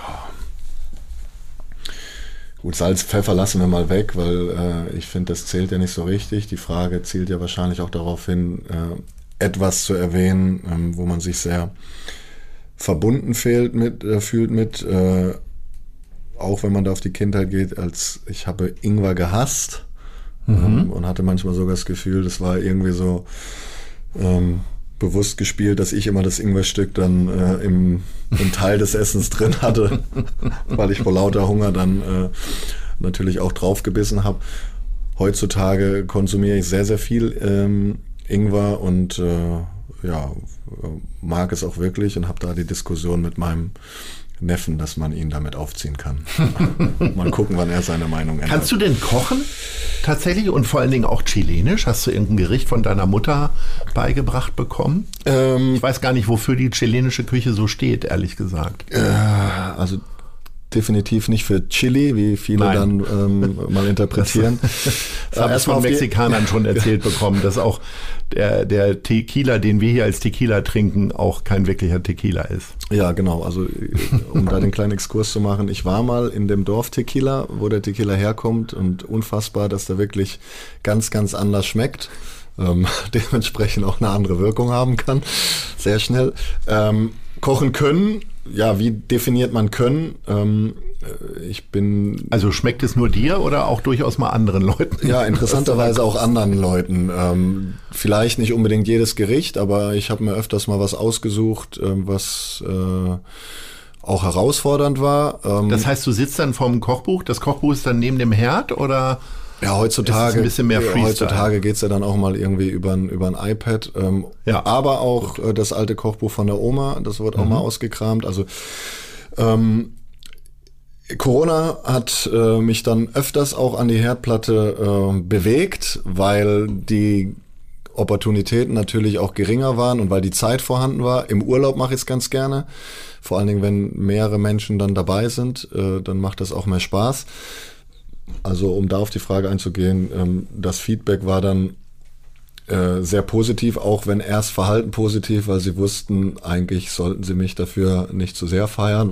gut, Salz, Pfeffer lassen wir mal weg, weil äh, ich finde, das zählt ja nicht so richtig. Die Frage zielt ja wahrscheinlich auch darauf hin, äh, etwas zu erwähnen, ähm, wo man sich sehr verbunden fehlt mit, äh, fühlt mit, äh, auch wenn man da auf die Kindheit geht, als ich habe Ingwer gehasst. Mhm. Und hatte manchmal sogar das Gefühl, das war irgendwie so ähm, bewusst gespielt, dass ich immer das Ingwerstück dann äh, im, im Teil des Essens drin hatte, weil ich vor lauter Hunger dann äh, natürlich auch draufgebissen habe. heutzutage konsumiere ich sehr, sehr viel ähm, Ingwer und äh, ja, mag es auch wirklich und habe da die Diskussion mit meinem Neffen, dass man ihn damit aufziehen kann. Mal gucken, wann er seine Meinung ändert. Kannst du denn kochen tatsächlich und vor allen Dingen auch chilenisch? Hast du irgendein Gericht von deiner Mutter beigebracht bekommen? Ähm, ich weiß gar nicht, wofür die chilenische Küche so steht, ehrlich gesagt. Äh, also definitiv nicht für Chili, wie viele Nein. dann ähm, mal interpretieren. Das, das habe ich von Mexikanern schon erzählt bekommen, dass auch der, der Tequila, den wir hier als Tequila trinken, auch kein wirklicher Tequila ist. Ja, genau. Also um da den kleinen Exkurs zu machen, ich war mal in dem Dorf Tequila, wo der Tequila herkommt und unfassbar, dass der wirklich ganz, ganz anders schmeckt. Ähm, dementsprechend auch eine andere Wirkung haben kann. Sehr schnell. Ähm, kochen können, ja, wie definiert man können? Ähm, ich bin... Also schmeckt es nur dir oder auch durchaus mal anderen Leuten? Ja, interessanterweise auch anderen Leuten. Ähm, vielleicht nicht unbedingt jedes Gericht, aber ich habe mir öfters mal was ausgesucht, äh, was äh, auch herausfordernd war. Ähm, das heißt, du sitzt dann vorm Kochbuch, das Kochbuch ist dann neben dem Herd oder... Ja, heutzutage, ein bisschen mehr Freestyle. Heutzutage geht's ja dann auch mal irgendwie über ein, über ein iPad. Ähm, ja. Aber auch äh, das alte Kochbuch von der Oma, das wird auch mhm. mal ausgekramt. Also ähm, Corona hat äh, mich dann öfters auch an die Herdplatte äh, bewegt, weil die Opportunitäten natürlich auch geringer waren und weil die Zeit vorhanden war. Im Urlaub mache ich es ganz gerne. Vor allen Dingen, wenn mehrere Menschen dann dabei sind, äh, dann macht das auch mehr Spaß. Also um da auf die Frage einzugehen, ähm, das Feedback war dann äh, sehr positiv, auch wenn erst verhalten positiv, weil sie wussten, eigentlich sollten sie mich dafür nicht zu sehr feiern,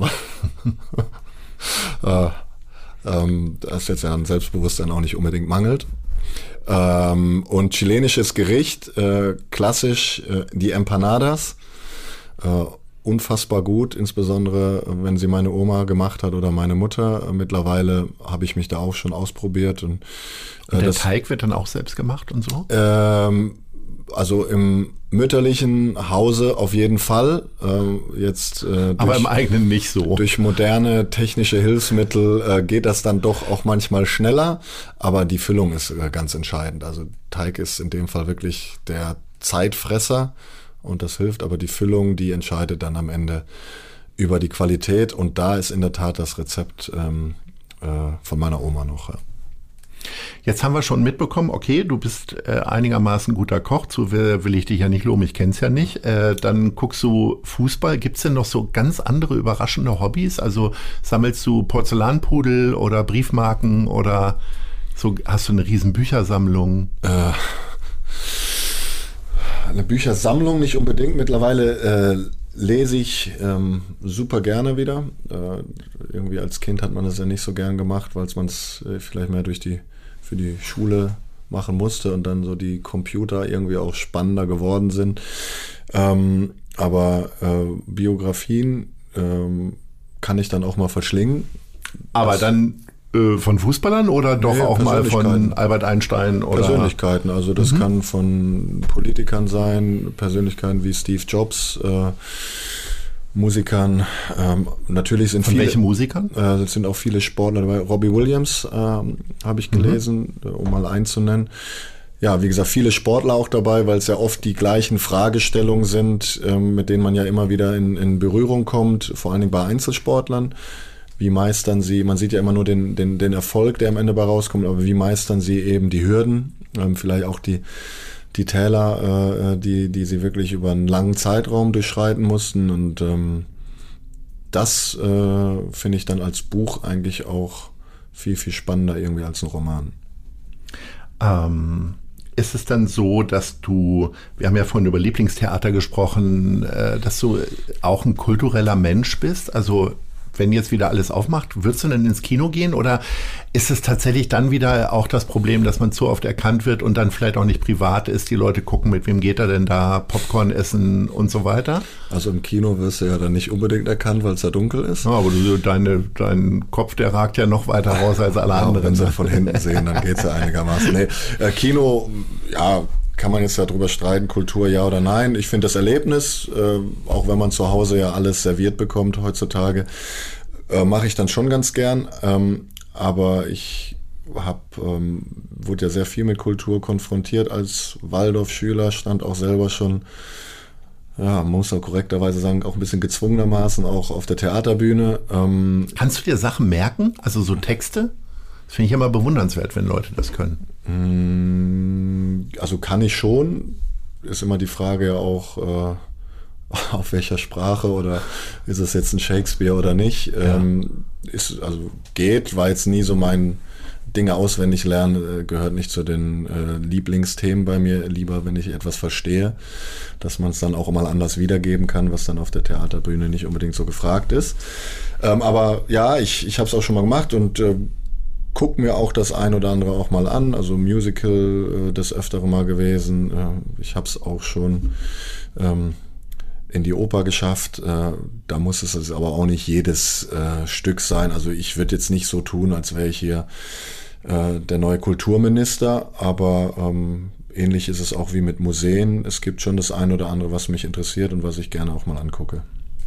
weil äh, ähm, das jetzt ja an Selbstbewusstsein auch nicht unbedingt mangelt. Ähm, und chilenisches Gericht, äh, klassisch äh, die Empanadas, äh, unfassbar gut, insbesondere wenn sie meine Oma gemacht hat oder meine Mutter. Mittlerweile habe ich mich da auch schon ausprobiert. Und, äh, und der das, Teig wird dann auch selbst gemacht und so? Ähm, also im mütterlichen Hause auf jeden Fall. Ähm, jetzt, äh, durch, aber im eigenen nicht so. Durch moderne technische Hilfsmittel äh, geht das dann doch auch manchmal schneller. Aber die Füllung ist äh, ganz entscheidend. Also Teig ist in dem Fall wirklich der Zeitfresser. Und das hilft, aber die Füllung, die entscheidet dann am Ende über die Qualität. Und da ist in der Tat das Rezept ähm, äh, von meiner Oma noch. Ja. Jetzt haben wir schon mitbekommen, okay, du bist äh, einigermaßen guter Koch, so will, will ich dich ja nicht loben, ich kenn's ja nicht. Äh, dann guckst du Fußball. Gibt's denn noch so ganz andere überraschende Hobbys? Also sammelst du Porzellanpudel oder Briefmarken oder so, hast du eine riesen Büchersammlung? Äh. Eine Büchersammlung nicht unbedingt. Mittlerweile äh, lese ich ähm, super gerne wieder. Äh, irgendwie als Kind hat man das ja nicht so gern gemacht, weil man es äh, vielleicht mehr durch die für die Schule machen musste und dann so die Computer irgendwie auch spannender geworden sind. Ähm, aber äh, Biografien ähm, kann ich dann auch mal verschlingen. Aber das, dann von Fußballern oder doch nee, auch mal von Albert Einstein? Oder? Persönlichkeiten, also das mhm. kann von Politikern sein, Persönlichkeiten wie Steve Jobs, äh, Musikern, ähm, natürlich sind von viele... Von welchen Musikern? Äh, es sind auch viele Sportler dabei. Robbie Williams äh, habe ich gelesen, mhm. um mal einen zu nennen. Ja, wie gesagt, viele Sportler auch dabei, weil es ja oft die gleichen Fragestellungen sind, ähm, mit denen man ja immer wieder in, in Berührung kommt, vor allen Dingen bei Einzelsportlern. Wie meistern sie, man sieht ja immer nur den, den, den Erfolg, der am Ende bei rauskommt, aber wie meistern sie eben die Hürden, ähm, vielleicht auch die, die Täler, äh, die, die sie wirklich über einen langen Zeitraum durchschreiten mussten. Und ähm, das äh, finde ich dann als Buch eigentlich auch viel, viel spannender irgendwie als ein Roman. Ähm, ist es dann so, dass du, wir haben ja vorhin über Lieblingstheater gesprochen, äh, dass du auch ein kultureller Mensch bist? Also wenn jetzt wieder alles aufmacht, würdest du dann ins Kino gehen oder ist es tatsächlich dann wieder auch das Problem, dass man zu oft erkannt wird und dann vielleicht auch nicht privat ist, die Leute gucken, mit wem geht er denn da, Popcorn essen und so weiter? Also im Kino wirst du ja dann nicht unbedingt erkannt, weil es da dunkel ist. Ja, aber du, deine, dein Kopf, der ragt ja noch weiter raus als alle ja, anderen. Wenn sie von hinten sehen, dann geht's ja einigermaßen. Nee, äh, Kino, ja, kann man jetzt darüber streiten, Kultur ja oder nein. Ich finde das Erlebnis, äh, auch wenn man zu Hause ja alles serviert bekommt heutzutage, äh, mache ich dann schon ganz gern. Ähm, aber ich hab, ähm, wurde ja sehr viel mit Kultur konfrontiert als Waldorfschüler, stand auch selber schon, ja, man muss auch korrekterweise sagen, auch ein bisschen gezwungenermaßen auch auf der Theaterbühne. Ähm, Kannst du dir Sachen merken? Also so Texte? Das finde ich immer bewundernswert, wenn Leute das können. Also kann ich schon. Ist immer die Frage ja auch, äh, auf welcher Sprache oder ist es jetzt ein Shakespeare oder nicht. Ja. Ähm, ist, also geht, war jetzt nie so mein Dinge auswendig lernen, äh, gehört nicht zu den äh, Lieblingsthemen bei mir. Lieber, wenn ich etwas verstehe, dass man es dann auch mal anders wiedergeben kann, was dann auf der Theaterbühne nicht unbedingt so gefragt ist. Ähm, aber ja, ich, ich habe es auch schon mal gemacht und äh, guck mir auch das ein oder andere auch mal an. Also Musical äh, des Öfteren mal gewesen. Äh, ich habe es auch schon ähm, in die Oper geschafft. Äh, da muss es aber auch nicht jedes äh, Stück sein. Also ich würde jetzt nicht so tun, als wäre ich hier äh, der neue Kulturminister, aber ähm, ähnlich ist es auch wie mit Museen. Es gibt schon das ein oder andere, was mich interessiert und was ich gerne auch mal angucke.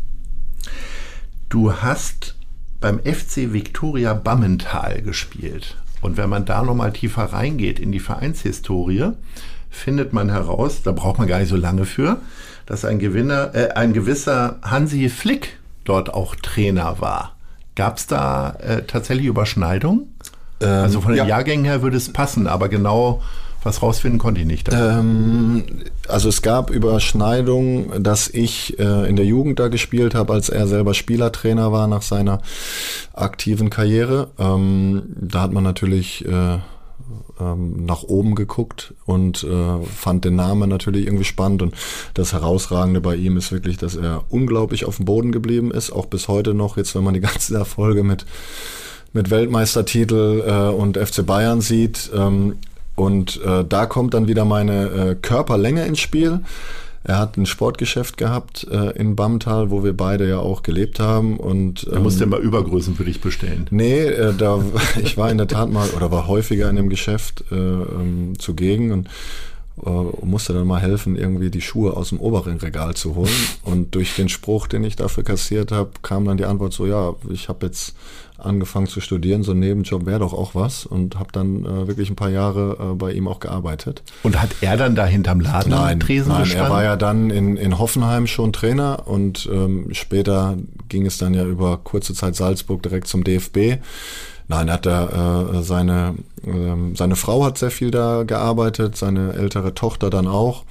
Du hast beim F C Viktoria Bammental gespielt. Und wenn man da nochmal tiefer reingeht in die Vereinshistorie, findet man heraus, da braucht man gar nicht so lange für, dass ein Gewinner, äh, ein gewisser Hansi Flick dort auch Trainer war. Gab es da äh, tatsächlich Überschneidungen? Ähm, also von den ja. Jahrgängen her würde es passen, aber genau was rausfinden konnte ich nicht. Ähm, also es gab Überschneidungen, dass ich äh, in der Jugend da gespielt habe, als er selber Spielertrainer war nach seiner aktiven Karriere. Ähm, da hat man natürlich äh, ähm, nach oben geguckt und äh, fand den Namen natürlich irgendwie spannend. Und das Herausragende bei ihm ist wirklich, dass er unglaublich auf dem Boden geblieben ist, auch bis heute noch, jetzt wenn man die ganzen Erfolge mit, mit Weltmeistertitel äh, und F C Bayern sieht. Ähm, Und äh, da kommt dann wieder meine äh, Körperlänge ins Spiel. Er hat ein Sportgeschäft gehabt äh, in Bammental, wo wir beide ja auch gelebt haben. Und ähm, er musste immer Übergrößen für dich bestellen. Nee, äh, da, ich war in der Tat mal oder war häufiger in dem Geschäft äh, ähm, zugegen und äh, musste dann mal helfen, irgendwie die Schuhe aus dem oberen Regal zu holen. Und durch den Spruch, den ich dafür kassiert habe, kam dann die Antwort so, ja, ich habe jetzt angefangen zu studieren, so ein Nebenjob wäre doch auch was und habe dann äh, wirklich ein paar Jahre äh, bei ihm auch gearbeitet. Und hat er dann da hinterm Laden nein, Tresen nein, gestanden? Er war ja dann in, in Hoffenheim schon Trainer und ähm, später ging es dann ja über kurze Zeit Salzburg direkt zum D F B. Nein, er hat da äh, seine, äh, seine Frau hat sehr viel da gearbeitet, seine ältere Tochter dann auch.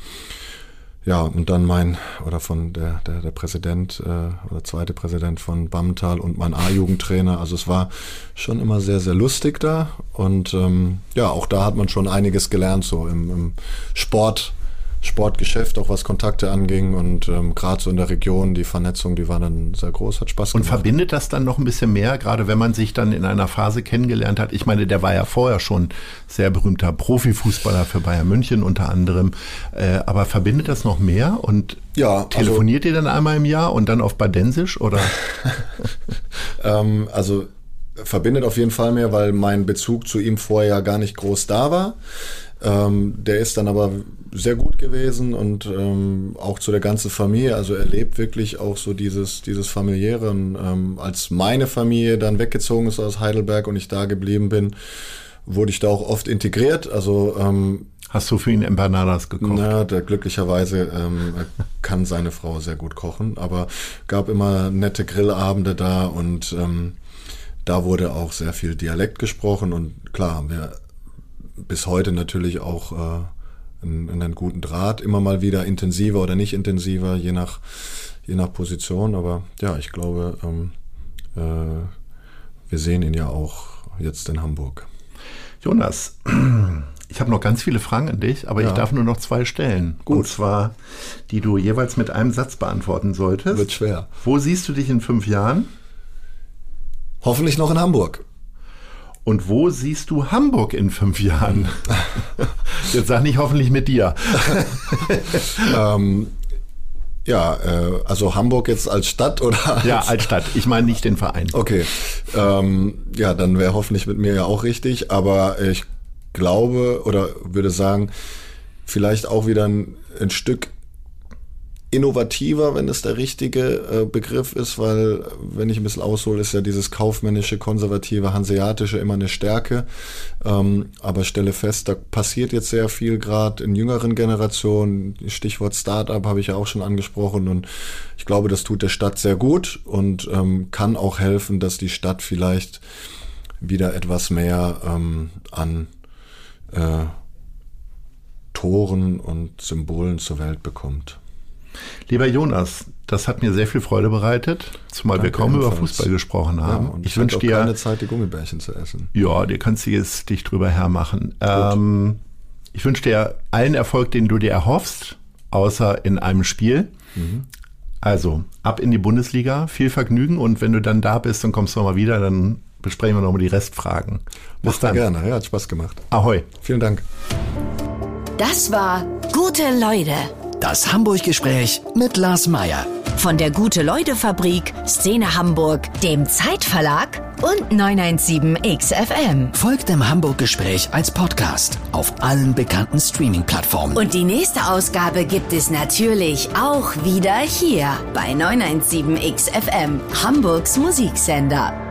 Ja, und dann mein, oder von der, der, der Präsident äh, oder zweite Präsident von Bammental und mein A-Jugendtrainer. Also es war schon immer sehr, sehr lustig da. Und ähm, ja, auch da hat man schon einiges gelernt, so im, im Sport, Sportgeschäft, auch was Kontakte anging. Und ähm, gerade so in der Region, die Vernetzung, die war dann sehr groß, hat Spaß Und gemacht. verbindet das dann noch ein bisschen mehr, gerade wenn man sich dann in einer Phase kennengelernt hat? Ich meine, der war ja vorher schon sehr berühmter Profifußballer für Bayern München unter anderem. Äh, aber verbindet das noch mehr? Und ja, telefoniert also, ihr dann einmal im Jahr und dann auf Badensisch? Oder? ähm, also verbindet auf jeden Fall mehr, weil mein Bezug zu ihm vorher ja gar nicht groß da war. Ähm, der ist dann aber sehr gut gewesen und ähm, auch zu der ganzen Familie. Also er lebt wirklich auch so dieses, dieses familiäre. Und, ähm, als meine Familie dann weggezogen ist aus Heidelberg und ich da geblieben bin, wurde ich da auch oft integriert. Also ähm, hast du für ihn Empanadas gekocht? Na, der glücklicherweise ähm, kann seine Frau sehr gut kochen, aber gab immer nette Grillabende da und ähm, da wurde auch sehr viel Dialekt gesprochen und klar haben wir bis heute natürlich auch äh, einen, einen guten Draht, immer mal wieder intensiver oder nicht intensiver, je nach, je nach Position. Aber ja, ich glaube, ähm, äh, wir sehen ihn ja auch jetzt in Hamburg. Jonas, ich habe noch ganz viele Fragen an dich, aber ja. ich darf nur noch zwei stellen. Gut. Und zwar, die du jeweils mit einem Satz beantworten solltest. Wird schwer. Wo siehst du dich in fünf Jahren? Hoffentlich noch in Hamburg. Und wo siehst du Hamburg in fünf Jahren? Jetzt sag nicht hoffentlich mit dir. ähm, ja, äh, also Hamburg jetzt als Stadt oder? Als ja, als Stadt. Ich meine nicht den Verein. Okay. Ähm, ja, dann wäre hoffentlich mit mir ja auch richtig. Aber ich glaube oder würde sagen, vielleicht auch wieder ein, ein Stück innovativer, wenn es der richtige äh, Begriff ist, weil, wenn ich ein bisschen aushole, ist ja dieses kaufmännische, konservative, hanseatische immer eine Stärke. Ähm, aber stelle fest, da passiert jetzt sehr viel, gerade in jüngeren Generationen. Stichwort Start-up habe ich ja auch schon angesprochen. Und ich glaube, das tut der Stadt sehr gut und ähm, kann auch helfen, dass die Stadt vielleicht wieder etwas mehr ähm, an äh, Toren und Symbolen zur Welt bekommt. Lieber Jonas, das hat mir sehr viel Freude bereitet, zumal Danke wir kaum ebenfalls. über Fußball gesprochen haben. Ja, und ich wünsche dir keine Zeit, die Gummibärchen zu essen. Ja, dir kannst du jetzt dich drüber hermachen. Ähm, ich wünsche dir allen Erfolg, den du dir erhoffst, außer in einem Spiel. Mhm. Also, ab in die Bundesliga, viel Vergnügen und wenn du dann da bist und kommst nochmal wieder, dann besprechen wir nochmal die Restfragen. Bis Mach dann. Gerne, ja, hat Spaß gemacht. Ahoi. Vielen Dank. Das war Gute Leute. Das Hamburg-Gespräch mit Lars Meier. Von der Gute-Leute-Fabrik, Szene Hamburg, dem Zeitverlag und neun eins sieben X F M. Folgt dem Hamburg-Gespräch als Podcast auf allen bekannten Streaming-Plattformen. Und die nächste Ausgabe gibt es natürlich auch wieder hier bei neun eins sieben X F M, Hamburgs Musiksender.